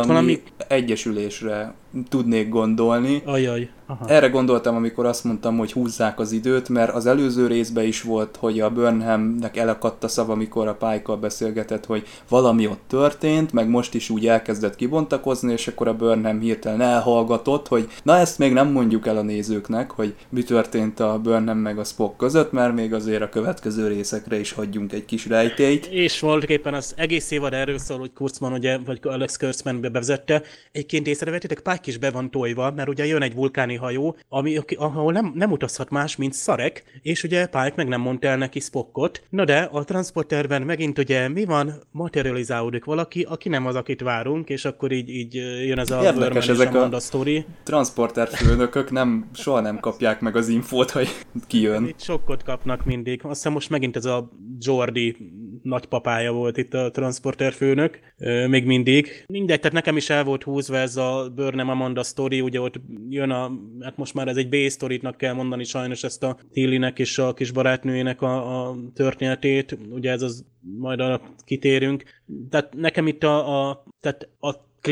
Speaker 3: egyesülésre tudnék gondolni.
Speaker 7: Ajaj. Aha.
Speaker 3: Erre gondoltam, amikor azt mondtam, hogy húzzák az időt, mert az előző részben is volt, hogy a Burnhamnek elakadt a szava, amikor a Pike-kal beszélgetett, hogy valami ott történt, meg most is úgy elkezdett kibontakozni, és akkor a Burnham hirtelen elhallgatott, hogy na ezt még nem mondjuk el a nézőknek, hogy mi történt a Burnham meg a Spock között, mert még azért a következő részekre is hagyjunk egy kis rejtélyt.
Speaker 7: És voltaképpen az egész évad erről szól, hogy Kurtzman ugye, vagy Alex Kurtzman bevezette. Egyébként észrevettétek, Pike is be van tojva, mert ugye jön egy vulkáni hajó, ahol nem utazhat más, mint Sarek, és ugye Pike meg nem mondta el neki Spockot. Na de a transporterben megint ugye mi van? Materializálódik valaki, aki nem az, akit várunk, és akkor így jön ez a
Speaker 3: Érdekes,
Speaker 7: Burnham és Amanda
Speaker 3: sztori. Transporter főnökök soha nem kapják meg az infót, hogy ki jön.
Speaker 7: Itt sokkot kapnak mindig. Azt hiszem most megint ez a Geordi nagypapája volt itt a Transporter főnök, még mindig. Mindegy, tehát nekem is el volt húzva ez a Burnham Amanda sztori, ugye ott jön hát most már ez egy B-sztoritnak kell mondani sajnos ezt a Tillynek és a kis barátnőjének a történetét, ugye ez az, majd arra kitérünk. Tehát nekem itt tehát a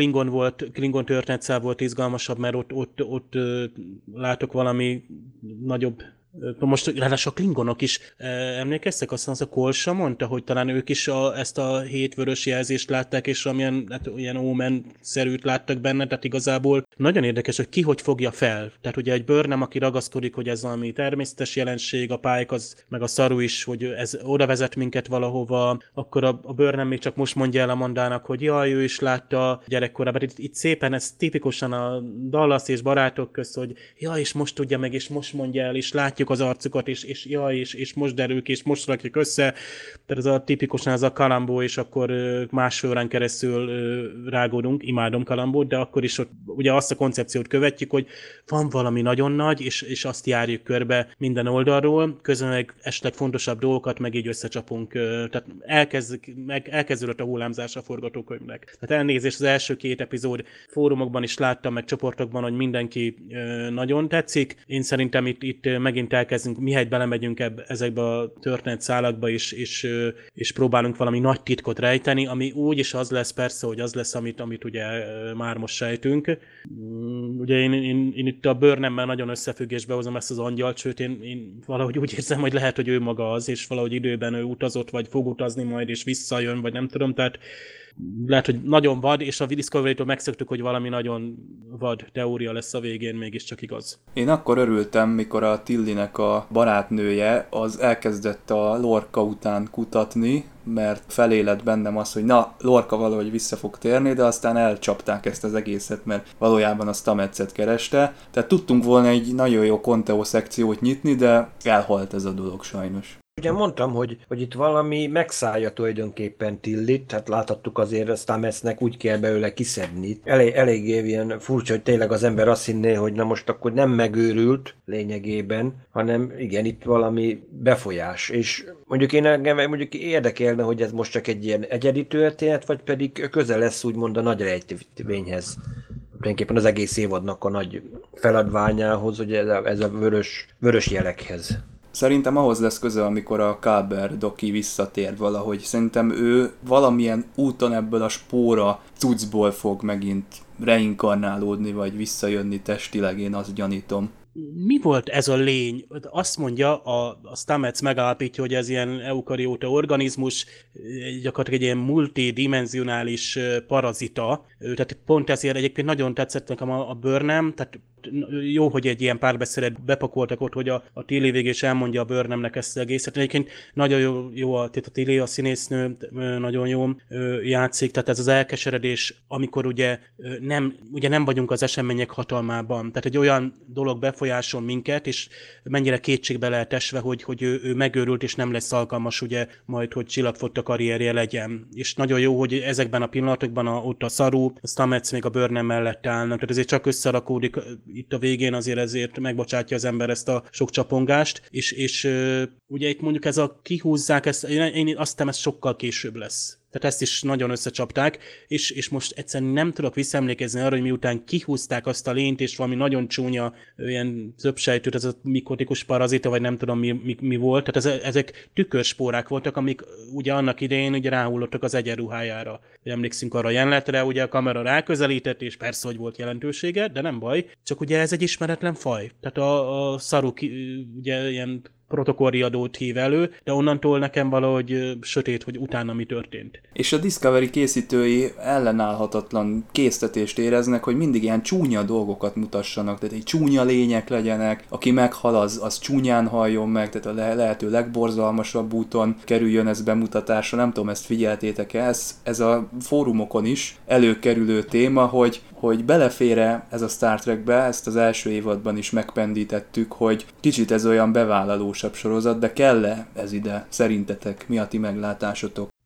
Speaker 7: Klingon történetszál volt izgalmasabb, mert ott látok valami nagyobb. Most ráadásul a klingonok is emlékeztek, aztán az a Kolsa mondta, hogy talán ők is ezt a 7 vörös jelzést látták, és amilyen hát, ilyen Omen-szerűt láttak benne, tehát igazából nagyon érdekes, hogy ki hogy fogja fel. Tehát ugye egy Burnham, aki ragaszkodik, hogy ez valami természetes jelenség, a Pike meg a Saru is, hogy ez oda vezet minket valahova, akkor a Burnham még csak most mondja el Amandának, hogy jaj, ő is látta gyerekkorában. Itt szépen ez tipikusan a Dallas és barátok közt, hogy jaj, és most tudja meg, és most mondja el, és látjuk az arcukat, és jaj, és most derül ki, és most rakjuk össze. Tehát ez a tipikusan ez a Kalambó, és akkor másfél órán keresztül rágódunk, imádom Kalambót, de akkor is ott ugye azt a koncepciót követjük, hogy van valami nagyon nagy, és azt járjuk körbe minden oldalról, közben meg esetleg fontosabb dolgokat meg így összecsapunk. Tehát elkezdődött a hullámzás a forgatókönyvnek. Tehát elnézést, az első 2 epizód fórumokban is láttam, meg csoportokban, hogy mindenki nagyon tetszik. Én szerintem itt megint elkezdünk, mihelyt belemegyünk ezekbe a történetszálakba is, és próbálunk valami nagy titkot rejteni, ami úgy is az lesz persze, hogy az lesz, amit ugye már most sejtünk. Ugye én itt a Burnhammel nagyon összefüggésbe hozom ezt az angyalt, sőt én valahogy úgy érzem, hogy lehet, hogy ő maga az, és valahogy időben ő utazott, vagy fog utazni majd, és visszajön, vagy nem tudom, tehát lehet, hogy nagyon vad, és a Discovery-től megszöktük, hogy valami nagyon vad teória lesz a végén, mégiscsak igaz.
Speaker 3: Én akkor örültem, mikor a Tillynek a barátnője az elkezdett a Lorca után kutatni, mert felélett bennem az, hogy na, Lorca valahogy vissza fog térni, de aztán elcsapták ezt az egészet, mert valójában a Stamets-et kereste. Tehát tudtunk volna egy nagyon jó Conteo szekciót nyitni, de elhalt ez a dolog sajnos.
Speaker 6: Ugye mondtam, hogy itt valami megszállja tulajdonképpen Tillyt, tehát láthattuk azért a Stametsnek úgy kell belőle kiszedni. Eléggé ilyen furcsa, hogy tényleg az ember azt hinné, hogy na most akkor nem megőrült lényegében, hanem igen, itt valami befolyás. És mondjuk érdekelne, hogy ez most csak egy ilyen egyedi történet, vagy pedig közel lesz úgymond a nagy rejtvényhez. Tulajdonképpen az egész évadnak a nagy feladványához, hogy ez a vörös jelekhez.
Speaker 3: Szerintem ahhoz lesz köze, amikor a Culber doki visszatér valahogy. Szerintem ő valamilyen úton ebből a spóra cuccból fog megint reinkarnálódni, vagy visszajönni testileg, én azt gyanítom.
Speaker 7: Mi volt ez a lény? Azt mondja, a Stamets megállapítja, hogy ez ilyen eukarióta organizmus, gyakorlatilag egy ilyen multidimensionális parazita. Tehát pont ezért egyébként nagyon tetszett nekem a Burnham, tehát jó, hogy egy ilyen párbeszédet bepakoltak ott, hogy a Tilly végig is elmondja a Burnhamnek ezt az egészet. Egyébként nagyon jó a Tilly, a színésznő nagyon jó játszik, tehát ez az elkeseredés, amikor ugye nem vagyunk az események hatalmában. Tehát egy olyan dolog befolyásol minket, és mennyire kétségbe lehet esve, hogy ő megőrült, és nem lesz alkalmas ugye majd, hogy csillagfotta karrierje legyen. És nagyon jó, hogy ezekben a pillanatokban ott a Saru, a Stamets még a Burnham mellett állnak. Tehát ezért csak összerakódik itt a végén, azért ezért megbocsátja az ember ezt a sok csapongást, és ugye itt mondjuk ez a kihúzzák, én azt hiszem, ez sokkal később lesz. Tehát ezt is nagyon összecsapták, és most egyszerűen nem tudok visszaemlékezni arra, hogy miután kihúzták azt a lényt, és valami nagyon csúnya, ilyen többsejtőt, ez a mikotikus parazita, vagy nem tudom mi volt, tehát ezek tükörspórák voltak, amik ugye annak idején ugye ráhullottak az egyenruhájára. Emlékszünk arra a jelenetre, ugye a kamera ráközelített, és persze, hogy volt jelentősége, de nem baj, csak ugye ez egy ismeretlen faj. Tehát a Saru ugye ilyen protokollriadót hív elő, de onnantól nekem valahogy sötét, hogy utána mi történt. És
Speaker 3: a Discovery készítői ellenállhatatlan késztetést éreznek, hogy mindig ilyen csúnya dolgokat mutassanak, tehát egy csúnya lények legyenek, aki meghal, az csúnyán haljon meg, tehát a lehető legborzalmasabb úton kerüljön ez bemutatásra, nem tudom, ezt figyeltétek-e, ez a fórumokon is előkerülő téma, hogy belefér-e ez a Star Trekbe, ezt az első évadban is megpendítettük, hogy kicsit ez olyan bevállalósabb sorozat, de kell-e ez ide? Szerintetek mi a ti meglátásotok?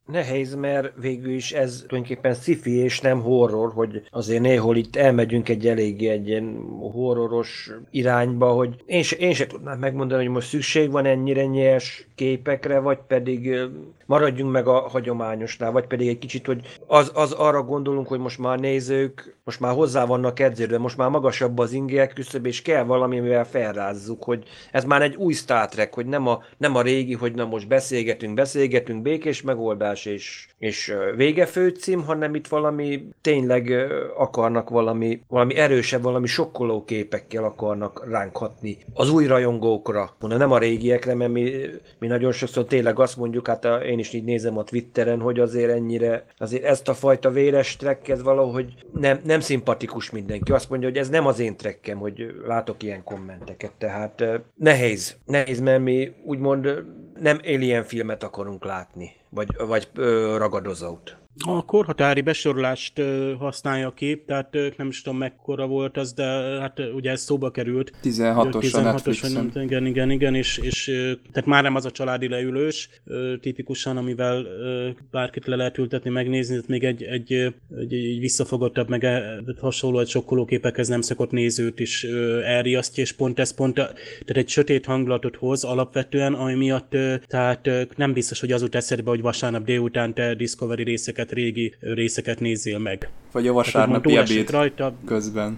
Speaker 6: Nehéz, mert végül is ez tulajdonképpen sci-fi és nem horror, hogy azért néhol itt elmegyünk egy ilyen horroros irányba, hogy én se tudnám megmondani, hogy most szükség van ennyire nyers képekre, vagy pedig maradjunk meg a hagyományosnál, vagy pedig egy kicsit, hogy az arra gondolunk, hogy most már nézők, most már hozzá vannak edződve, most már magasabb az ingek küszöb, és kell valamivel felrázzuk, hogy ez már egy új Star Trek, hogy nem a régi, hogy na most beszélgetünk, békés megoldás és vége főcím, hanem itt valami tényleg akarnak valami erősebb, valami sokkoló képekkel akarnak ránk hatni az új rajongókra. Nem a régiekre, mert mi nagyon sokszor tényleg azt mondjuk, hát én is így nézem a Twitteren, hogy azért ezt a fajta véres Trek, ez valahogy nem szimpatikus mindenki. Azt mondja, hogy ez nem az én trekkem, hogy látok ilyen kommenteket. Tehát nehéz, mert mi úgymond nem Alien filmet akarunk látni, vagy ragadozót.
Speaker 7: A korhatári besorolást használja ki, tehát nem is tudom mekkora volt az, de hát ugye ez szóba került.
Speaker 3: 16-os a Netflixen.
Speaker 7: Igen, és tehát már nem az a családi leülős, tipikusan, amivel bárkit le lehet ültetni, megnézni, tehát még egy visszafogottabb, meg hasonló, egy sokkoló képekhez nem szokott nézőt is elriasztja, és tehát egy sötét hangulatot hoz alapvetően, ami miatt tehát nem biztos, hogy az jut eszedbe, hogy vasárnap délután te Discovery régi részeket nézzél meg.
Speaker 3: Vagy a vasárnapi ebéd közben.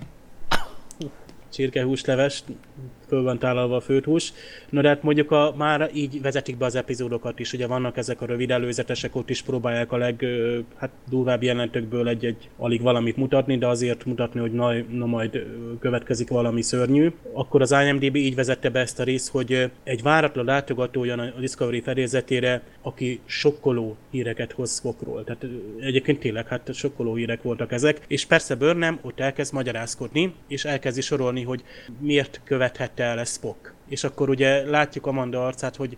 Speaker 7: Csirkehúsleves, föl van tálalva a főtt hús. No, de hát mondjuk már így vezetik be az epizódokat is, ugye vannak ezek a rövid előzetesek, ott is próbálják a durvább jelenetükből alig valamit mutatni, de azért mutatni, hogy na majd következik valami szörnyű. Akkor az IMDb így vezette be ezt a részt, hogy egy váratlan látogató jön a Discovery fedélzetére, aki sokkoló híreket hoz Spockról. Tehát egyébként tényleg hát sokkoló hírek voltak ezek, és persze Burnham ott elkezd magyarázkodni, és elkezdi sorolni, hogy miért követhette el ezt Spock. És akkor ugye látjuk Amanda arcát, hogy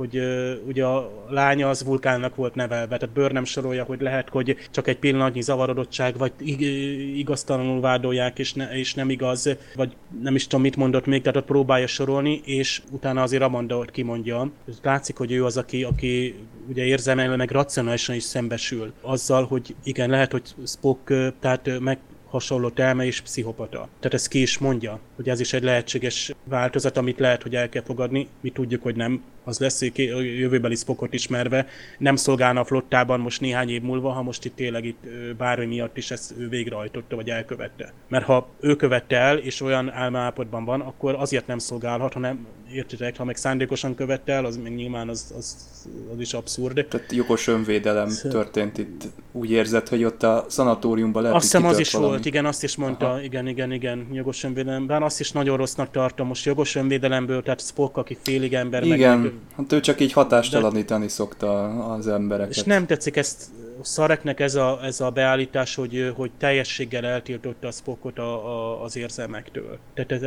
Speaker 7: ugye a lánya az vulkánnak volt nevelve, tehát Burnham sorolja, hogy lehet, hogy csak egy pillanatnyi zavarodottság, vagy igaztalanul vádolják, és nem igaz, vagy nem is tudom, mit mondott még, tehát ott próbálja sorolni, és utána azért Amanda ott kimondja. Látszik, hogy ő az, aki ugye érzelmileg, meg racionálisan is szembesül azzal, hogy igen, lehet, hogy Spock, tehát meg hasonlott elme és pszichopata. Tehát ezt ki is mondja, hogy ez is egy lehetséges változat, amit lehet, hogy el kell fogadni. Mi tudjuk, hogy nem az lesz, a jövőbeli Spockot ismerve. Nem szolgálna a flottában most néhány év múlva, ha most itt tényleg bármi miatt is ezt ő végrehajtotta, vagy elkövette. Mert ha ő követte el, és olyan álmállapotban van, akkor azért nem szolgálhat, hanem értitek, ha meg szándékosan követte el, az még nyilván az is abszurd.
Speaker 3: Tehát jogos önvédelem történt itt. Úgy érzed, hogy ott a szanatóriumban lehet,
Speaker 7: azt hiszem az is valami. Volt, igen, azt is mondta, aha. igen, jogos önvédelem. Bár azt is nagyon rossznak tartom, most jogos önvédelemből, tehát Spock, aki félig ember.
Speaker 3: Igen, hát ő csak így hatástalanítani szokta az embereket.
Speaker 7: És nem tetszik ezt Szareknek ez a beállítás, hogy teljességgel eltiltotta a Spockot az érzelmektől. Tehát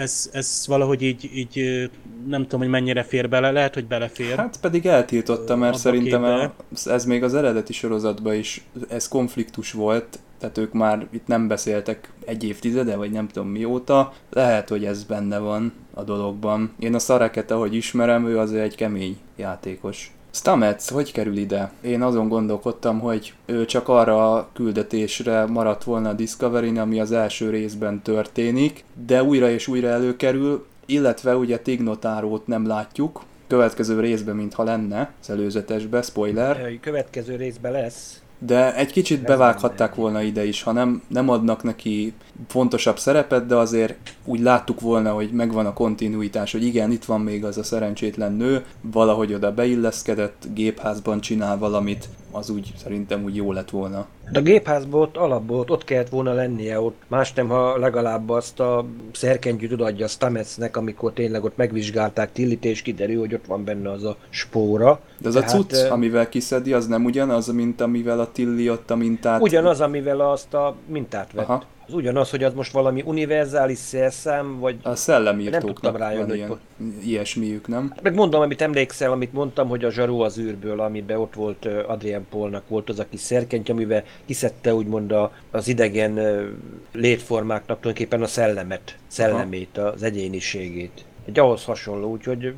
Speaker 7: ez valahogy így nem tudom, hogy mennyire fér bele, lehet, hogy belefér.
Speaker 3: Hát pedig eltiltotta, mert szerintem ez még az eredeti sorozatban is ez konfliktus volt, tehát ők már itt nem beszéltek egy évtizede, vagy nem tudom mióta. Lehet, hogy ez benne van a dologban. Én a Sareket, ahogy ismerem, ő azért egy kemény játékos. Stamets, hogy kerül ide? Én azon gondolkodtam, hogy ő csak arra a küldetésre maradt volna a Discovery-n, ami az első részben történik, de újra és újra előkerül, illetve ugye Tig Notarót nem látjuk, következő részben, mintha lenne, az előzetesben, spoiler.
Speaker 6: Következő részben lesz.
Speaker 3: De egy kicsit bevághatták volna ide is, ha nem adnak neki fontosabb szerepet, de azért úgy láttuk volna, hogy megvan a kontinuitás, hogy igen, itt van még az a szerencsétlen nő, valahogy oda beilleszkedett, gépházban csinál valamit, az úgy szerintem úgy jó lett volna.
Speaker 6: De a gépházban alapból ott kellett volna lennie, ott más nem, ha legalább azt a szerkentyűt odaadja Stametsnek, amikor tényleg ott megvizsgálták Tillit, és kiderül, hogy ott van benne az a spóra.
Speaker 3: De az a cucc, amivel kiszedi, az nem ugyanaz, mint amivel a Tilly ott a mintát...
Speaker 6: Ugyanaz, amivel azt a mintát vett. Aha. Az ugyanaz, hogy az most valami univerzális szerszám, vagy...
Speaker 3: A szellemírtóknak van ilyen, ilyesmiük, nem?
Speaker 6: Meg mondom, amit emlékszel, amit mondtam, hogy a zsaró az űrből, amiben ott volt Adrian Paulnak volt az a kis szerkenty, amivel kiszedte úgymond az idegen létformáknak tulajdonképpen a szellemét, az egyéniségét. Egy ahhoz hasonló, úgyhogy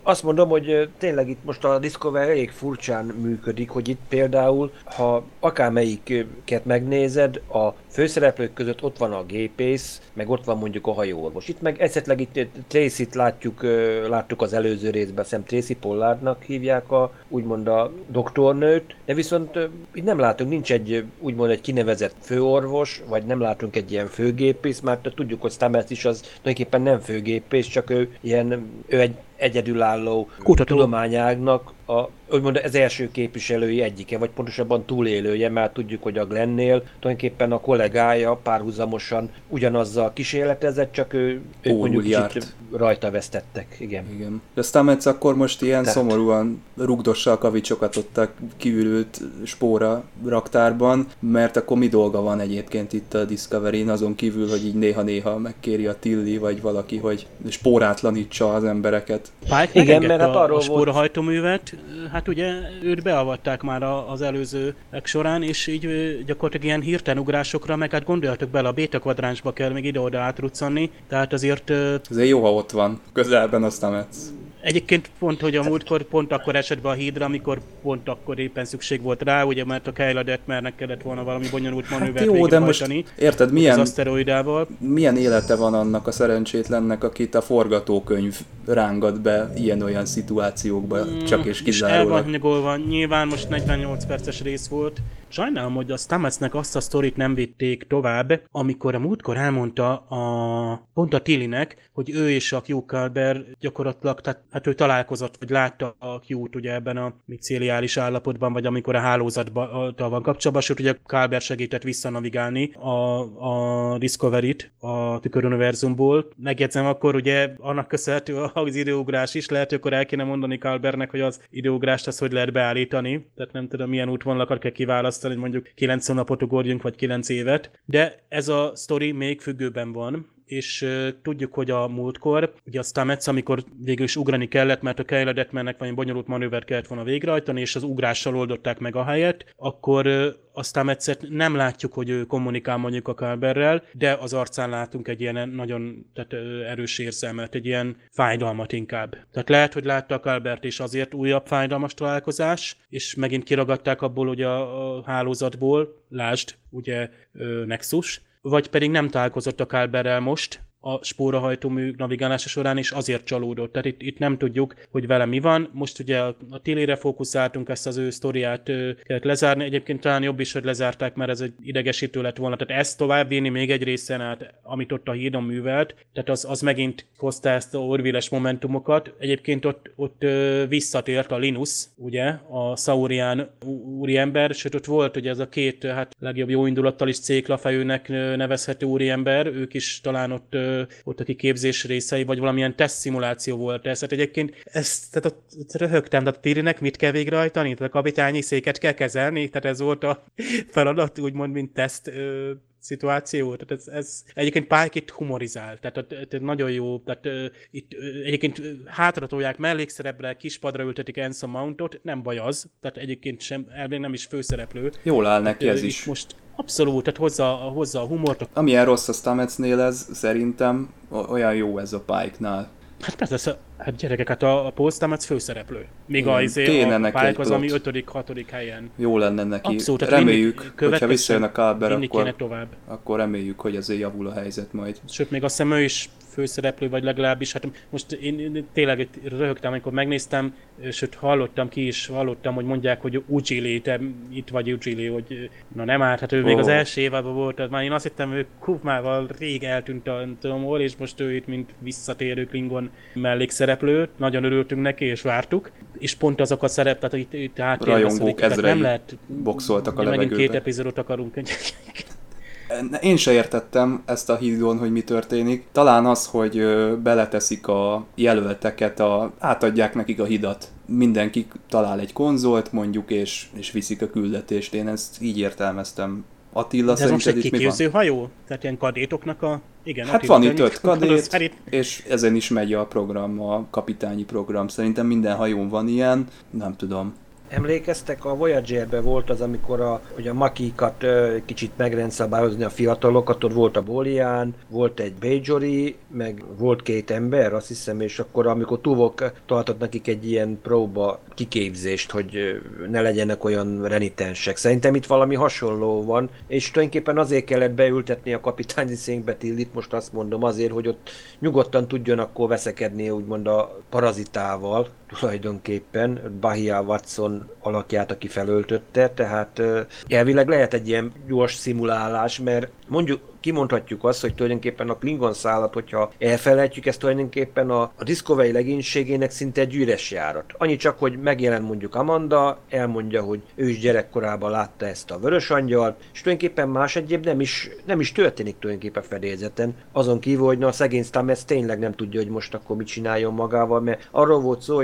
Speaker 6: Azt mondom, hogy tényleg itt most a Discovery elég furcsán működik, hogy itt például, ha akármelyiket megnézed, a főszereplők között ott van a gépész, meg ott van mondjuk a hajóorvos. Itt meg esetleg itt Tracy-t láttuk az előző részben, hiszem Tracy Pollardnak hívják úgymond a doktornőt, de viszont itt nem látunk, nincs úgymond egy kinevezett főorvos, vagy nem látunk egy ilyen főgépész, mert tudjuk, hogy Stamets is az tulajdonképpen nem főgépész, csak ő egy egyedülálló tudományágnak úgymond az első képviselői egyike, vagy pontosabban túlélője, mert tudjuk, hogy a Glennél tulajdonképpen a kollégája párhuzamosan ugyanazzal kísérletezett, csak ők mondjuk kicsit rajta vesztettek. Igen.
Speaker 3: De Stamets akkor most ilyen szomorúan rugdossal kavicsokat ott a kiürült spóra raktárban, mert akkor mi dolga van egyébként itt a Discovery-n, azon kívül, hogy így néha-néha megkéri a Tilly, vagy valaki, hogy spórátlanítsa az embereket.
Speaker 7: Pike mert hát arról a spórahajtóművet, hát ugye őt beavatták már az előzőek során, és így gyakorlatilag ilyen hirtelen ugrásokra, meg hát gondoljatok bele, a béta kvadránsba kell még ide-oda átruccanni, tehát azért
Speaker 3: jó, ha ott van, közelben a Stamets.
Speaker 7: Egyébként pont, hogy a múltkor pont akkor esett be a hídra, amikor pont akkor éppen szükség volt rá, ugye, mert a Kyle Detmernek kellett volna valami bonyolult manővert végrehajtani
Speaker 3: érted,
Speaker 7: az aszteroidával.
Speaker 3: Milyen élete van annak a szerencsétlennek, akit a forgatókönyv rángat be ilyen-olyan szituációkba, csak és kizárólag.
Speaker 7: És el van nyugolva, nyilván most 48 perces rész volt. Sajnálom, hogy a Stametsnek azt a sztorit nem vitték tovább, amikor a múltkor elmondta pont a Tillynek, hogy ő és a Q Culber gyakorlatilag, tehát hát ő találkozott, vagy látta a Q-t ugye ebben a micéliális állapotban, vagy amikor a hálózatban van kapcsolatban, sőt ugye Culber segített visszanavigálni a Discovery-t a tüköruniverzumból. Megjegyzem akkor ugye annak köszönhető az időugrás is, lehet, hogy akkor el kéne mondani Culbernek, hogy az időugrást az hogy lehet beállítani, tehát nem tudom milyen útvonalakat kell kiválasztani, hogy mondjuk 9 hónapot ugorjunk, vagy 9 évet, de ez a sztori még függőben van, és tudjuk, hogy a múltkor, ugye a Stamets, amikor végül is ugrani kellett, mert a Kyle Detmernek valami bonyolult manővert kellett volna végrehajtani, és az ugrással oldották meg a helyet, akkor a Stametset nem látjuk, hogy ő kommunikál mondjuk a Culberrel, de az arcán látunk egy ilyen nagyon erős érzelmet, egy ilyen fájdalmat inkább. Tehát lehet, hogy látta a Culbert, és azért újabb fájdalmas találkozás, és megint kiragadták abból ugye a hálózatból, lásd, ugye Nexus, vagy pedig nem találkozott a Culberrel most a spórahajtómű navigálása során, és azért csalódott. Tehát itt nem tudjuk, hogy vele mi van. Most ugye a Tillyre fókuszáltunk, ezt az ő sztoriát kellett lezárni. Egyébként talán jobb is, hogy lezárták, mert ez egy idegesítő lett volna. Tehát ezt továbbvinni még egy részen át, amit ott a hídon művelt. Tehát az megint hozta ezt a Orville-es momentumokat. Egyébként ott visszatért a Linus, ugye, a Saurian úriember, sőt ott volt ugye ez a két legjobb jóindulattal is céklafejűnek nevezhető úriember, ők is talán ott a kiképzés részei, vagy valamilyen teszt szimuláció volt ez. Tehát egyébként tehát röhögtem, tehát a Tillynek mit kell végrehajtani? Tehát a kapitányi széket kell kezelni? Tehát ez volt a feladat, úgymond, mint teszt szituáció. Tehát ez egyébként Pike itt humorizál, tehát nagyon jó, tehát itt egyébként hátratolják mellékszereple, kispadra ültetik Anson Mountot, nem baj az, tehát egyébként sem, nem is főszereplő.
Speaker 3: Jól áll neki ez is.
Speaker 7: Most abszolút, tehát hozza a humort.
Speaker 3: Amilyen rossz a Stametsnél ez, szerintem olyan jó ez a Pike-nál.
Speaker 7: Hát persze, hát gyerekek, hát a Paul Stamets főszereplő. Még a Pike az, ami 5.-6. helyen.
Speaker 3: Jó lenne neki.
Speaker 7: Abszolút,
Speaker 3: reméljük, hogyha visszajön a Culber,
Speaker 7: akkor
Speaker 3: reméljük, hogy azért javul a helyzet majd.
Speaker 7: Sőt, még azt hiszem ő is főszereplő, vagy legalábbis, hát most én tényleg röhögtem, amikor megnéztem, sőt hallottam, hogy mondják, hogy Ujili, te itt vagy Ujili, hogy na nem árt, hát ő még az első évadban volt, tehát már én azt hittem, ő Kufmával rég eltűnt a tudom, és most ő itt mint visszatérő Klingon mellékszereplő, nagyon örültünk neki, és vártuk, és pont azok a szerep, tehát itt
Speaker 3: rajongók ezrei nem lehet, boxoltak a levegőbe.
Speaker 7: Megint 2 epizódot akarunk.
Speaker 3: Én se értettem ezt a hídon, hogy mi történik. Talán az, hogy beleteszik a jelölteket, átadják nekik a hidat. Mindenki talál egy konzolt mondjuk, és viszik a küldetést. Én ezt így értelmeztem. Attila,
Speaker 7: de ez most egy kiképző hajó? Tehát ilyen kadétoknak a... Igen,
Speaker 3: hát Attila, van itt 5 kadét, és ezen is megy a program, a kapitányi program. Szerintem minden hajón van ilyen, nem tudom.
Speaker 6: Emlékeztek, a Voyager-ben volt az, amikor hogy a makikat kicsit megrendszabályozni a fiatalokat, ott volt a Bolián, volt egy Bajori, meg volt 2 ember, azt hiszem, és akkor amikor Tuvok tartott nekik egy ilyen próba kiképzést, hogy ne legyenek olyan renitensek. Szerintem itt valami hasonló van, és tulajdonképpen azért kellett beültetni a kapitányi székbe Tillit, most azt mondom azért, hogy ott nyugodtan tudjon akkor veszekedni úgymond a parazitával, tulajdonképpen Bahia Watson alakját, aki felöltötte, tehát elvileg lehet egy ilyen gyors szimulálás, mert mondjuk kimondhatjuk azt, hogy tulajdonképpen a Klingon szállat, hogyha elfelejtjük, ez tulajdonképpen a Discovery legénységének szinte egy üres járat. Annyi csak, hogy megjelen mondjuk Amanda, elmondja, hogy ő is gyerekkorában látta ezt a vörös angyalt, és tulajdonképpen más egyéb nem is történik tulajdonképpen fedélzeten. Azon kívül, hogy a szegény Stamets tényleg nem tudja, hogy most akkor mit csináljon magával, mert arról volt szó, hogy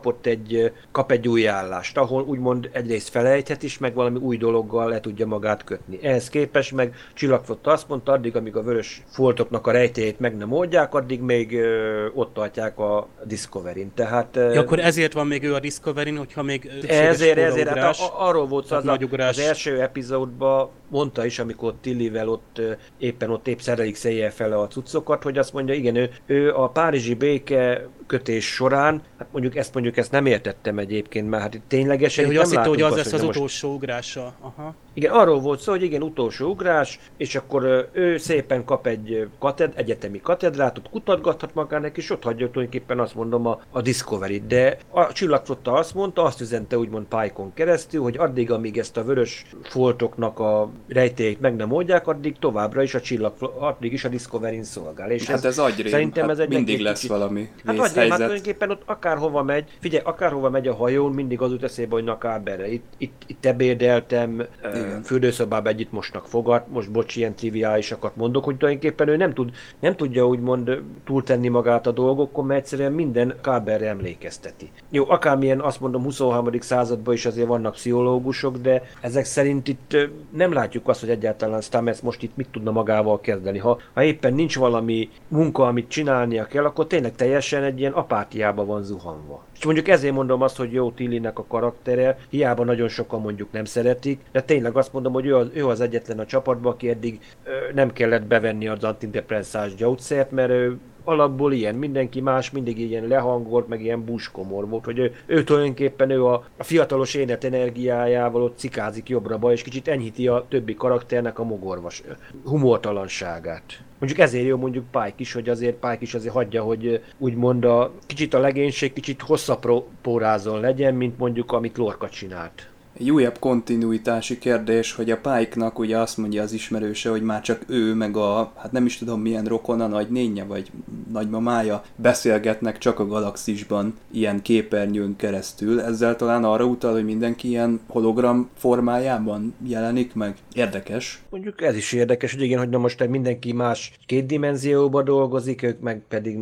Speaker 6: kap egy új állást, ahol úgymond egyrészt felejthet is, meg valami új dologgal le tudja magát kötni. Ehhez képest meg Csillagflotta azt mondta, addig, amíg a vörös foltoknak a rejtélyét meg nem oldják, addig még ott tartják a Discovery-n. Tehát,
Speaker 7: akkor ezért van még ő a Discovery-n, hogyha még
Speaker 6: ezért hát arról volt az első epizódban mondta is, amikor Tillivel épp szerelik széjjel fele a cuccokat, hogy azt mondja, igen, ő a párizsi béke kötés során, hát mondjuk ezt nem értettem egyébként, mert hát ténylegesen
Speaker 7: hogy azt hitte, hogy az lesz az utolsó ugrása. Aha.
Speaker 6: Igen, arról volt szó, hogy igen, utolsó ugrás, és akkor ő szépen kap egy egyetemi katedrátot, kutatgathat magának, és ott hagyja tulajdonképpen azt mondom a Discovery-t. De a Csillagflotta azt üzente úgymond Pike-on keresztül, hogy addig, amíg ezt a vörös foltoknak a rejtélyét meg nem oldják, addig továbbra is addig is a Discovery-n szolgál. És
Speaker 3: hát ez agyrém,
Speaker 6: szerintem
Speaker 3: ez egy mindig lesz kicsit, valami
Speaker 6: hát tulajdonképpen ott akárhova megy a hajón, mindig az jut eszébe, hogy na Káberre, itt ebédeltem, fürdőszobában együtt mosnak fogat, most bocs, ilyen triviálisakat mondok, hogy tulajdonképpen ő nem tudja úgymond túltenni magát a dolgokon, mert egyszerűen minden Káberre emlékezteti. Jó, akármilyen azt mondom 23. században is azért vannak pszichológusok, de ezek szerint itt nem látjuk azt, hogy egyáltalán Stamets most itt mit tudna magával kezdeni. Ha éppen nincs valami munka, amit csinálnia kell, akkor tényleg teljesen egy ilyen apátiába van zuhanva. És mondjuk ezért mondom azt, hogy jó, Tillinek a karaktere, hiába nagyon sokan mondjuk nem szeretik, de tényleg azt mondom, hogy ő az egyetlen a csapatban, aki eddig nem kellett bevenni az antidepresszáns gyógyszert, mert ő alapból ilyen, mindenki más mindig ilyen lehangolt, meg ilyen buskomor volt, hogy ő tulajdonképpen a fiatalos énet energiájával ott cikázik jobbra-ba, és kicsit enyhíti a többi karakternek a mogorvas humortalanságát. Mondjuk ezért jó mondjuk Pike is, hogy azért Pike is azért hagyja, hogy úgymond kicsit a legénység kicsit hosszabb pórázon legyen, mint mondjuk amit Lorca csinált.
Speaker 3: Egy újabb kontinuitási kérdés, hogy a Pike-nak ugye azt mondja az ismerőse, hogy már csak ő, meg hát nem is tudom milyen rokona, nagynénye vagy nagymamája beszélgetnek csak a galaxisban ilyen képernyőn keresztül. Ezzel talán arra utal, hogy mindenki ilyen hologram formájában jelenik meg. Érdekes.
Speaker 6: Mondjuk ez is érdekes, hogy igen, hogy na most mindenki más 2 dimenzióban dolgozik, ők meg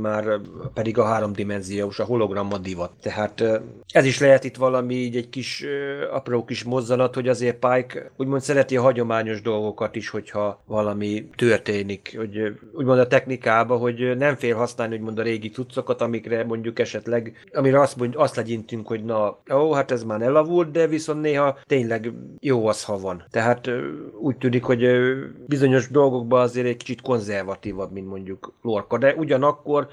Speaker 6: pedig a 3 dimenziós, a hologramma divat. Tehát ez is lehet itt valami így egy kis apró kis mozzanat, hogy azért Pike úgymond szereti a hagyományos dolgokat is, hogyha valami történik. Hogy úgymond a technikába, hogy nem fél használni úgymond a régi cuccokat, amikre mondjuk esetleg, amire azt legyintünk, hogy na, hát ez már elavult, de viszont néha tényleg jó az, ha van. Tehát úgy tűnik, hogy bizonyos dolgokban azért egy kicsit konzervatívabb, mint mondjuk Lorca, de ugyanakkor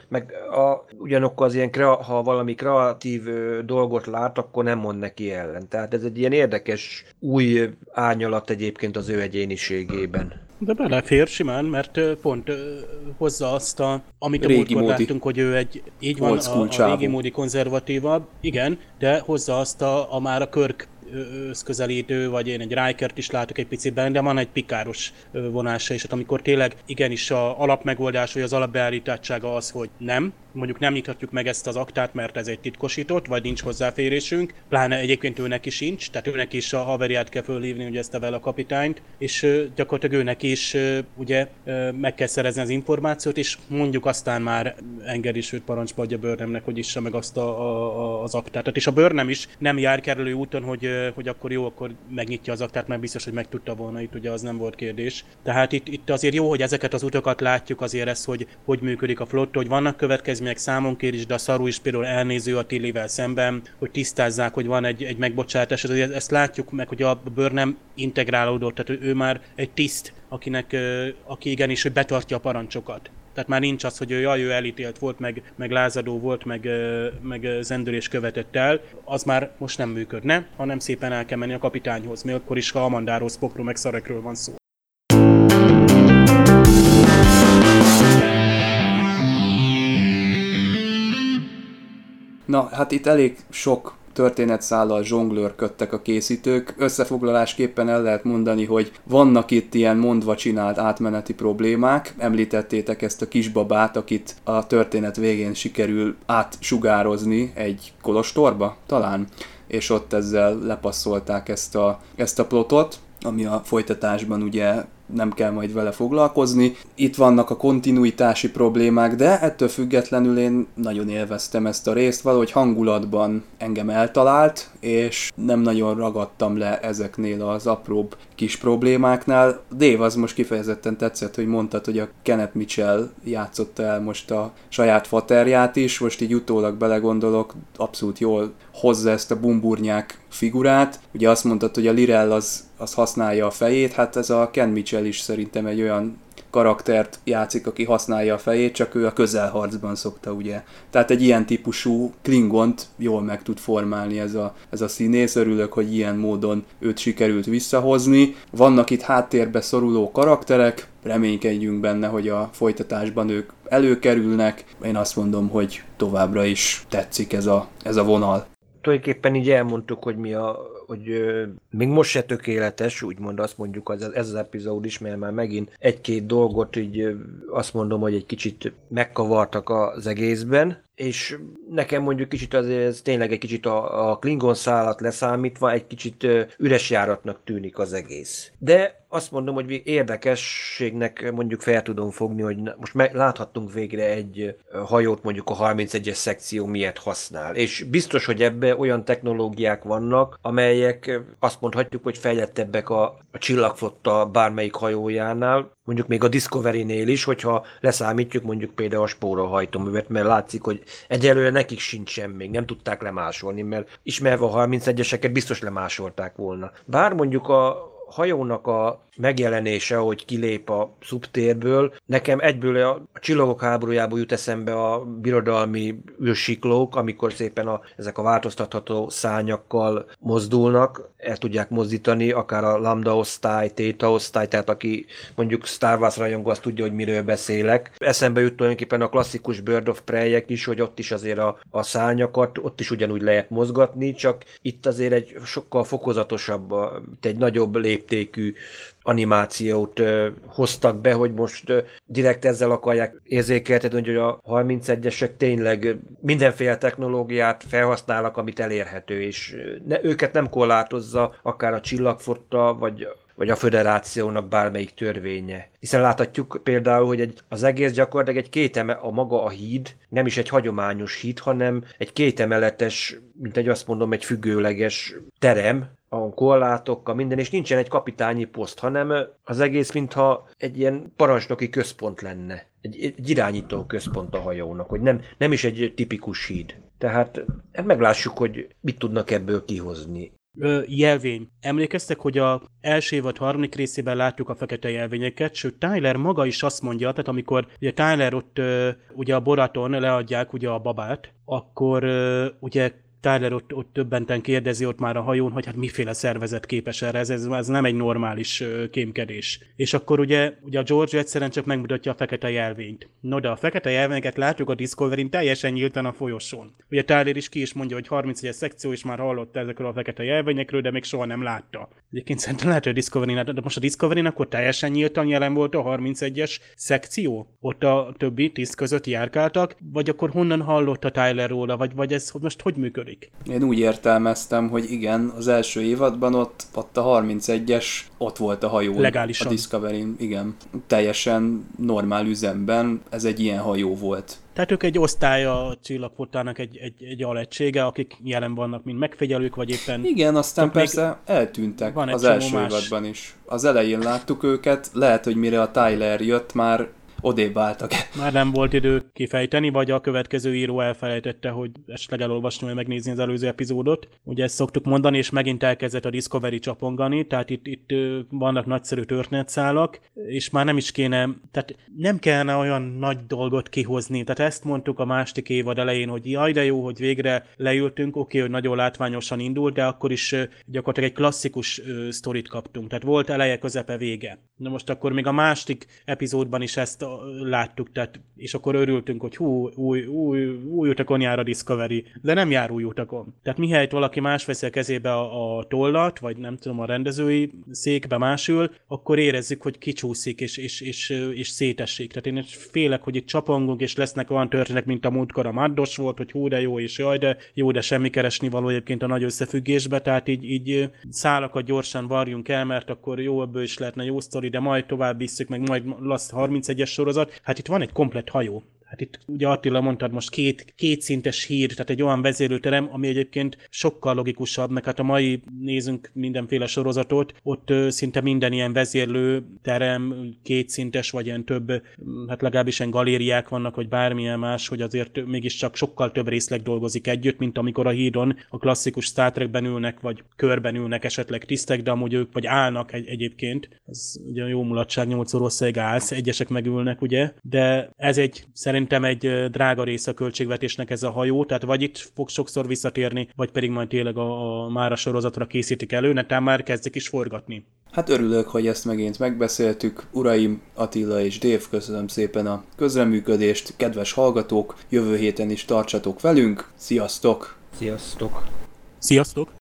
Speaker 6: az ilyen, ha valami kreatív dolgot lát, akkor nem mond neki ellen. Tehát ez egy ilyen érdekes új árnyalat egyébként az ő egyéniségében.
Speaker 7: De belefér simán, mert pont hozza azt, amit a múltkor láttunk, hogy ő így van, a régi módi konzervatívabb, igen, de hozza azt a már a Kirk összközelítő, vagy én egy Rikert is látok egy picit benne, de van egy pikáros vonása is, amikor tényleg igenis a alapmegoldás, vagy az alapbeállítottsága az, hogy nem, mondjuk nem nyithatjuk meg ezt az aktát, mert ez egy titkosított, vagy nincs hozzáférésünk, pláne egyébként őnek is sincs, tehát őnek is a haveriát kell fölhívni, ugye ezt a vele kapitányt, és gyakorlatilag őnek is ugye meg kell szerezni az információt, és mondjuk aztán már engedi, sőt parancsba adja Burnhamnek, hogy issa meg azt az aktát. Tehát és a Burnham is nem jár kerülő úton, hogy akkor jó, akkor megnyitja az aktát, mert biztos, hogy meg tudta volna, itt ugye az nem volt kérdés. Tehát itt azért jó, hogy ezeket az utakat látjuk, azért ez, hogy működik a flotta, hogy vannak következmények, intézmények számonkérés, de a Saru is például elnéző a Tillivel szemben, hogy tisztázzák, hogy van egy megbocsátás. Ezt látjuk meg, hogy a Burn nem integrálódott, tehát ő már egy tiszt, aki igenis, hogy betartja a parancsokat. Tehát már nincs az, hogy ő elítélt volt, meg lázadó volt, meg zendülés követett el, az már most nem működne, hanem szépen el kell menni a kapitányhoz, még akkor is, ha Amandáról, Spockról, meg Szarekről van szó.
Speaker 3: Na, hát itt elég sok történetszállal zsonglőrködtek a készítők. Összefoglalásképpen el lehet mondani, hogy vannak itt ilyen mondva csinált átmeneti problémák. Említettétek ezt a kisbabát, akit a történet végén sikerül átsugározni egy kolostorba, talán, és ott ezzel lepasszolták ezt a plotot, ami a folytatásban ugye nem kell majd vele foglalkozni. Itt vannak a kontinuitási problémák, de ettől függetlenül én nagyon élveztem ezt a részt, valahogy hangulatban engem eltalált, és nem nagyon ragadtam le ezeknél az apróbb kis problémáknál. Dave, az most kifejezetten tetszett, hogy mondtad, hogy a Kenneth Mitchell játszotta el most a saját faterját is, most így utólag belegondolok, abszolút jól hozza ezt a bumburnyák figurát. Ugye azt mondtad, hogy a Lirel az használja a fejét, hát ez a Ken Mitchell is szerintem egy olyan karaktert játszik, aki használja a fejét, csak ő a közelharcban szokta, ugye. Tehát egy ilyen típusú Klingont jól meg tud formálni ez a színész, örülök, hogy ilyen módon őt sikerült visszahozni. Vannak itt háttérbe szoruló karakterek, reménykedjünk benne, hogy a folytatásban ők előkerülnek. Én azt mondom, hogy továbbra is tetszik ez a vonal.
Speaker 6: Tulajdonképpen így elmondtuk, hogy még most se tökéletes, úgymond azt mondjuk ez az epizód is, mert már megint egy-két dolgot így azt mondom, hogy egy kicsit megkavartak az egészben, és nekem mondjuk kicsit azért ez tényleg egy kicsit a Klingon szálat leszámítva egy kicsit üres járatnak tűnik az egész. De azt mondom, hogy érdekességnek mondjuk fel tudom fogni, hogy most láthattunk végre egy hajót mondjuk a 31-es szekció miért használ. És biztos, hogy ebbe olyan technológiák vannak, amelyek azt mondhatjuk, hogy fejlettebbek a csillagflotta bármelyik hajójánál, mondjuk még a Discovery-nél is, hogyha leszámítjuk mondjuk például a spórolhajtóművet, mert látszik, hogy egyelőre nekik sincsen még, nem tudták lemásolni, mert ismerve a 31-eseket biztos lemásolták volna. Bár mondjuk a hajónak a megjelenése, hogy kilép a szubtérből, nekem egyből a Csillagok háborújából jut eszembe a birodalmi űrsiklók, amikor szépen ezek a változtatható szárnyakkal mozdulnak, el tudják mozdítani, akár a lambda osztály, theta osztály, tehát aki mondjuk Star Wars rajongó, azt tudja, hogy miről beszélek. Eszembe jut tulajdonképpen a klasszikus Bird of Prey-ek is, hogy ott is azért a szárnyakat, ott is ugyanúgy lehet mozgatni, csak itt azért egy sokkal fokozatosabb, egy nagyobb léptékű animációt hoztak be, hogy most direkt ezzel akarják érzékeltetni, hogy a 31-esek tényleg mindenféle technológiát felhasználnak, amit elérhető, és őket nem korlátozza akár a csillagflotta, vagy a föderációnak bármelyik törvénye. Hiszen láthatjuk például, hogy az egész gyakorlatilag maga a híd, nem is egy hagyományos híd, hanem egy kétemeletes, mint azt mondom, egy függőleges terem, a korlátokkal, minden, és nincsen egy kapitányi poszt, hanem az egész mintha egy ilyen parancsnoki központ lenne. Egy irányító központ a hajónak, hogy nem is egy tipikus híd. Tehát meglássuk, hogy mit tudnak ebből kihozni.
Speaker 7: Jelvény. Emlékeztek, hogy az első évad harmadik részében látjuk a fekete jelvényeket, sőt Tyler maga is azt mondja, tehát amikor ugye Tyler ott ugye a Boraton leadják ugye a babát, akkor ugye Tyler ott többenten kérdezi ott már a hajón, hogy hát miféle szervezet képes erre, ez nem egy normális kémkedés. És akkor ugye a George egyszerűen csak megmutatja a fekete jelvényt. No, de a fekete jelvényeket látjuk a Discovery-n teljesen nyíltan a folyosón. Ugye Tyler is ki is mondja, hogy 31-es szekció is már hallott ezekről a fekete jelvényekről, de még soha nem látta. Egyébként szerintem lehet, hogy a Discovery-n, de most a Discovery-n akkor teljesen nyíltan jelen volt a 31-es szekció? Ott a többi tiszt között járkáltak? Vagy akkor honnan hallott a Tyler róla? Vagy ez most hogy működik?
Speaker 3: Én úgy értelmeztem, hogy igen, az első évadban ott a 31-es ott volt a hajón.
Speaker 7: Legálisan.
Speaker 3: A Discovery-n, igen. Teljesen normál üzemben ez egy ilyen hajó volt.
Speaker 7: Tehát ők egy osztály a csillagflottának egy alegysége, akik jelen vannak, mint megfigyelők, vagy éppen...
Speaker 3: Igen, aztán persze eltűntek az első évadban is. Az elején láttuk őket, lehet, hogy mire a Tyler jött, már odébb álltak.
Speaker 7: Már nem volt idő kifejteni, vagy a következő író elfelejtette, hogy esetleg elolvasni, vagy megnézni az előző epizódot. Ugye ezt szoktuk mondani, és megint elkezdett a Discovery csapongani, tehát itt vannak nagyszerű történetszálak, és már nem is kéne, tehát nem kellene olyan nagy dolgot kihozni. Tehát ezt mondtuk a második évad elején, hogy jaj, de jó, hogy végre leültünk, oké, hogy nagyon látványosan indult, de akkor is gyakorlatilag egy klasszikus sztorit kaptunk. Tehát volt eleje, közepe, vége. Na most akkor még a második epizódban is ezt láttuk, tehát, és akkor örültünk, hogy új utakon jár a Discovery, de nem jár új utakon. Tehát mihelyt valaki más veszi a kezébe a tollat, vagy nem tudom, a rendezői székbe másül, akkor érezzük, hogy kicsúszik és szétesik. Tehát én félek, hogy itt csapongunk, és lesznek olyan történetek, mint a múltkor a Maddos volt, hogy hú de jó, és jaj, de jó, de semmi keresni való egyébként a nagy összefüggésbe, tehát így szálakat gyorsan varjunk el, mert akkor jó, ebből is lehetne jó sztori, de majd tovább visszük, meg majd lesz 31-es sorozat. Hát itt van egy komplett hajó. Hát itt ugye Attila mondtad most két szintes hír, tehát egy olyan vezérlőterem, ami egyébként sokkal logikusabb, meg hát a mai nézünk mindenféle sorozatot, ott szinte minden ilyen vezérlőterem kétszintes, vagy ilyen több, hát legalábbis ilyen galériák vannak, vagy bármilyen más, hogy azért mégiscsak sokkal több részleg dolgozik együtt, mint amikor a hídon a klasszikus Star Trekben ülnek, vagy körben ülnek esetleg tisztek, de amúgy ők vagy állnak egyébként. Ez ugye jó mulatság, 8 óráig állsz, egyesek megülnek, ugye, de ez szerintem egy drága része a költségvetésnek ez a hajó, tehát vagy itt fog sokszor visszatérni, vagy pedig majd tényleg a már a sorozatra készítik elő, netán már kezdik is forgatni.
Speaker 3: Hát örülök, hogy ezt megint megbeszéltük. Uraim, Attila és Dave, köszönöm szépen a közreműködést. Kedves hallgatók, jövő héten is tartsatok velünk. Sziasztok!
Speaker 6: Sziasztok!
Speaker 7: Sziasztok!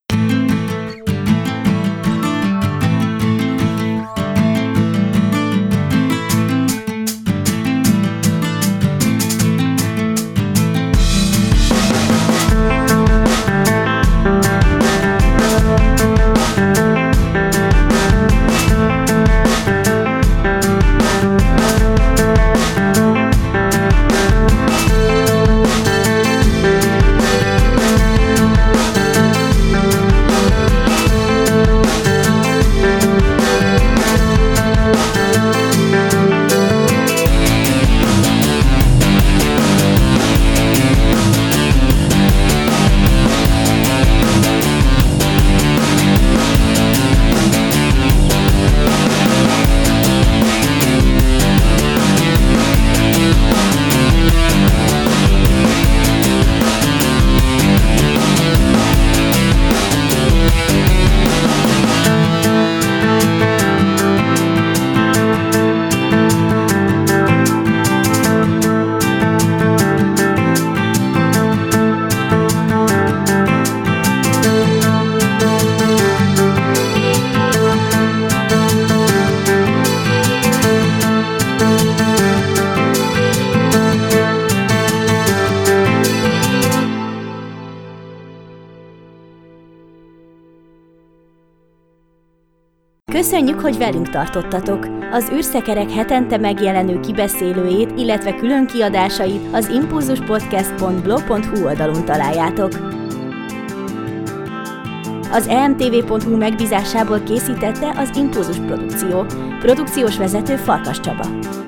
Speaker 2: Köszönjük, hogy velünk tartottatok! Az űrszekerek hetente megjelenő kibeszélőjét, illetve külön kiadásait az impulzuspodcast.blog.hu oldalon találjátok. Az emtv.hu megbízásából készítette az Impulzus Produkció. Produkciós vezető Farkas Csaba.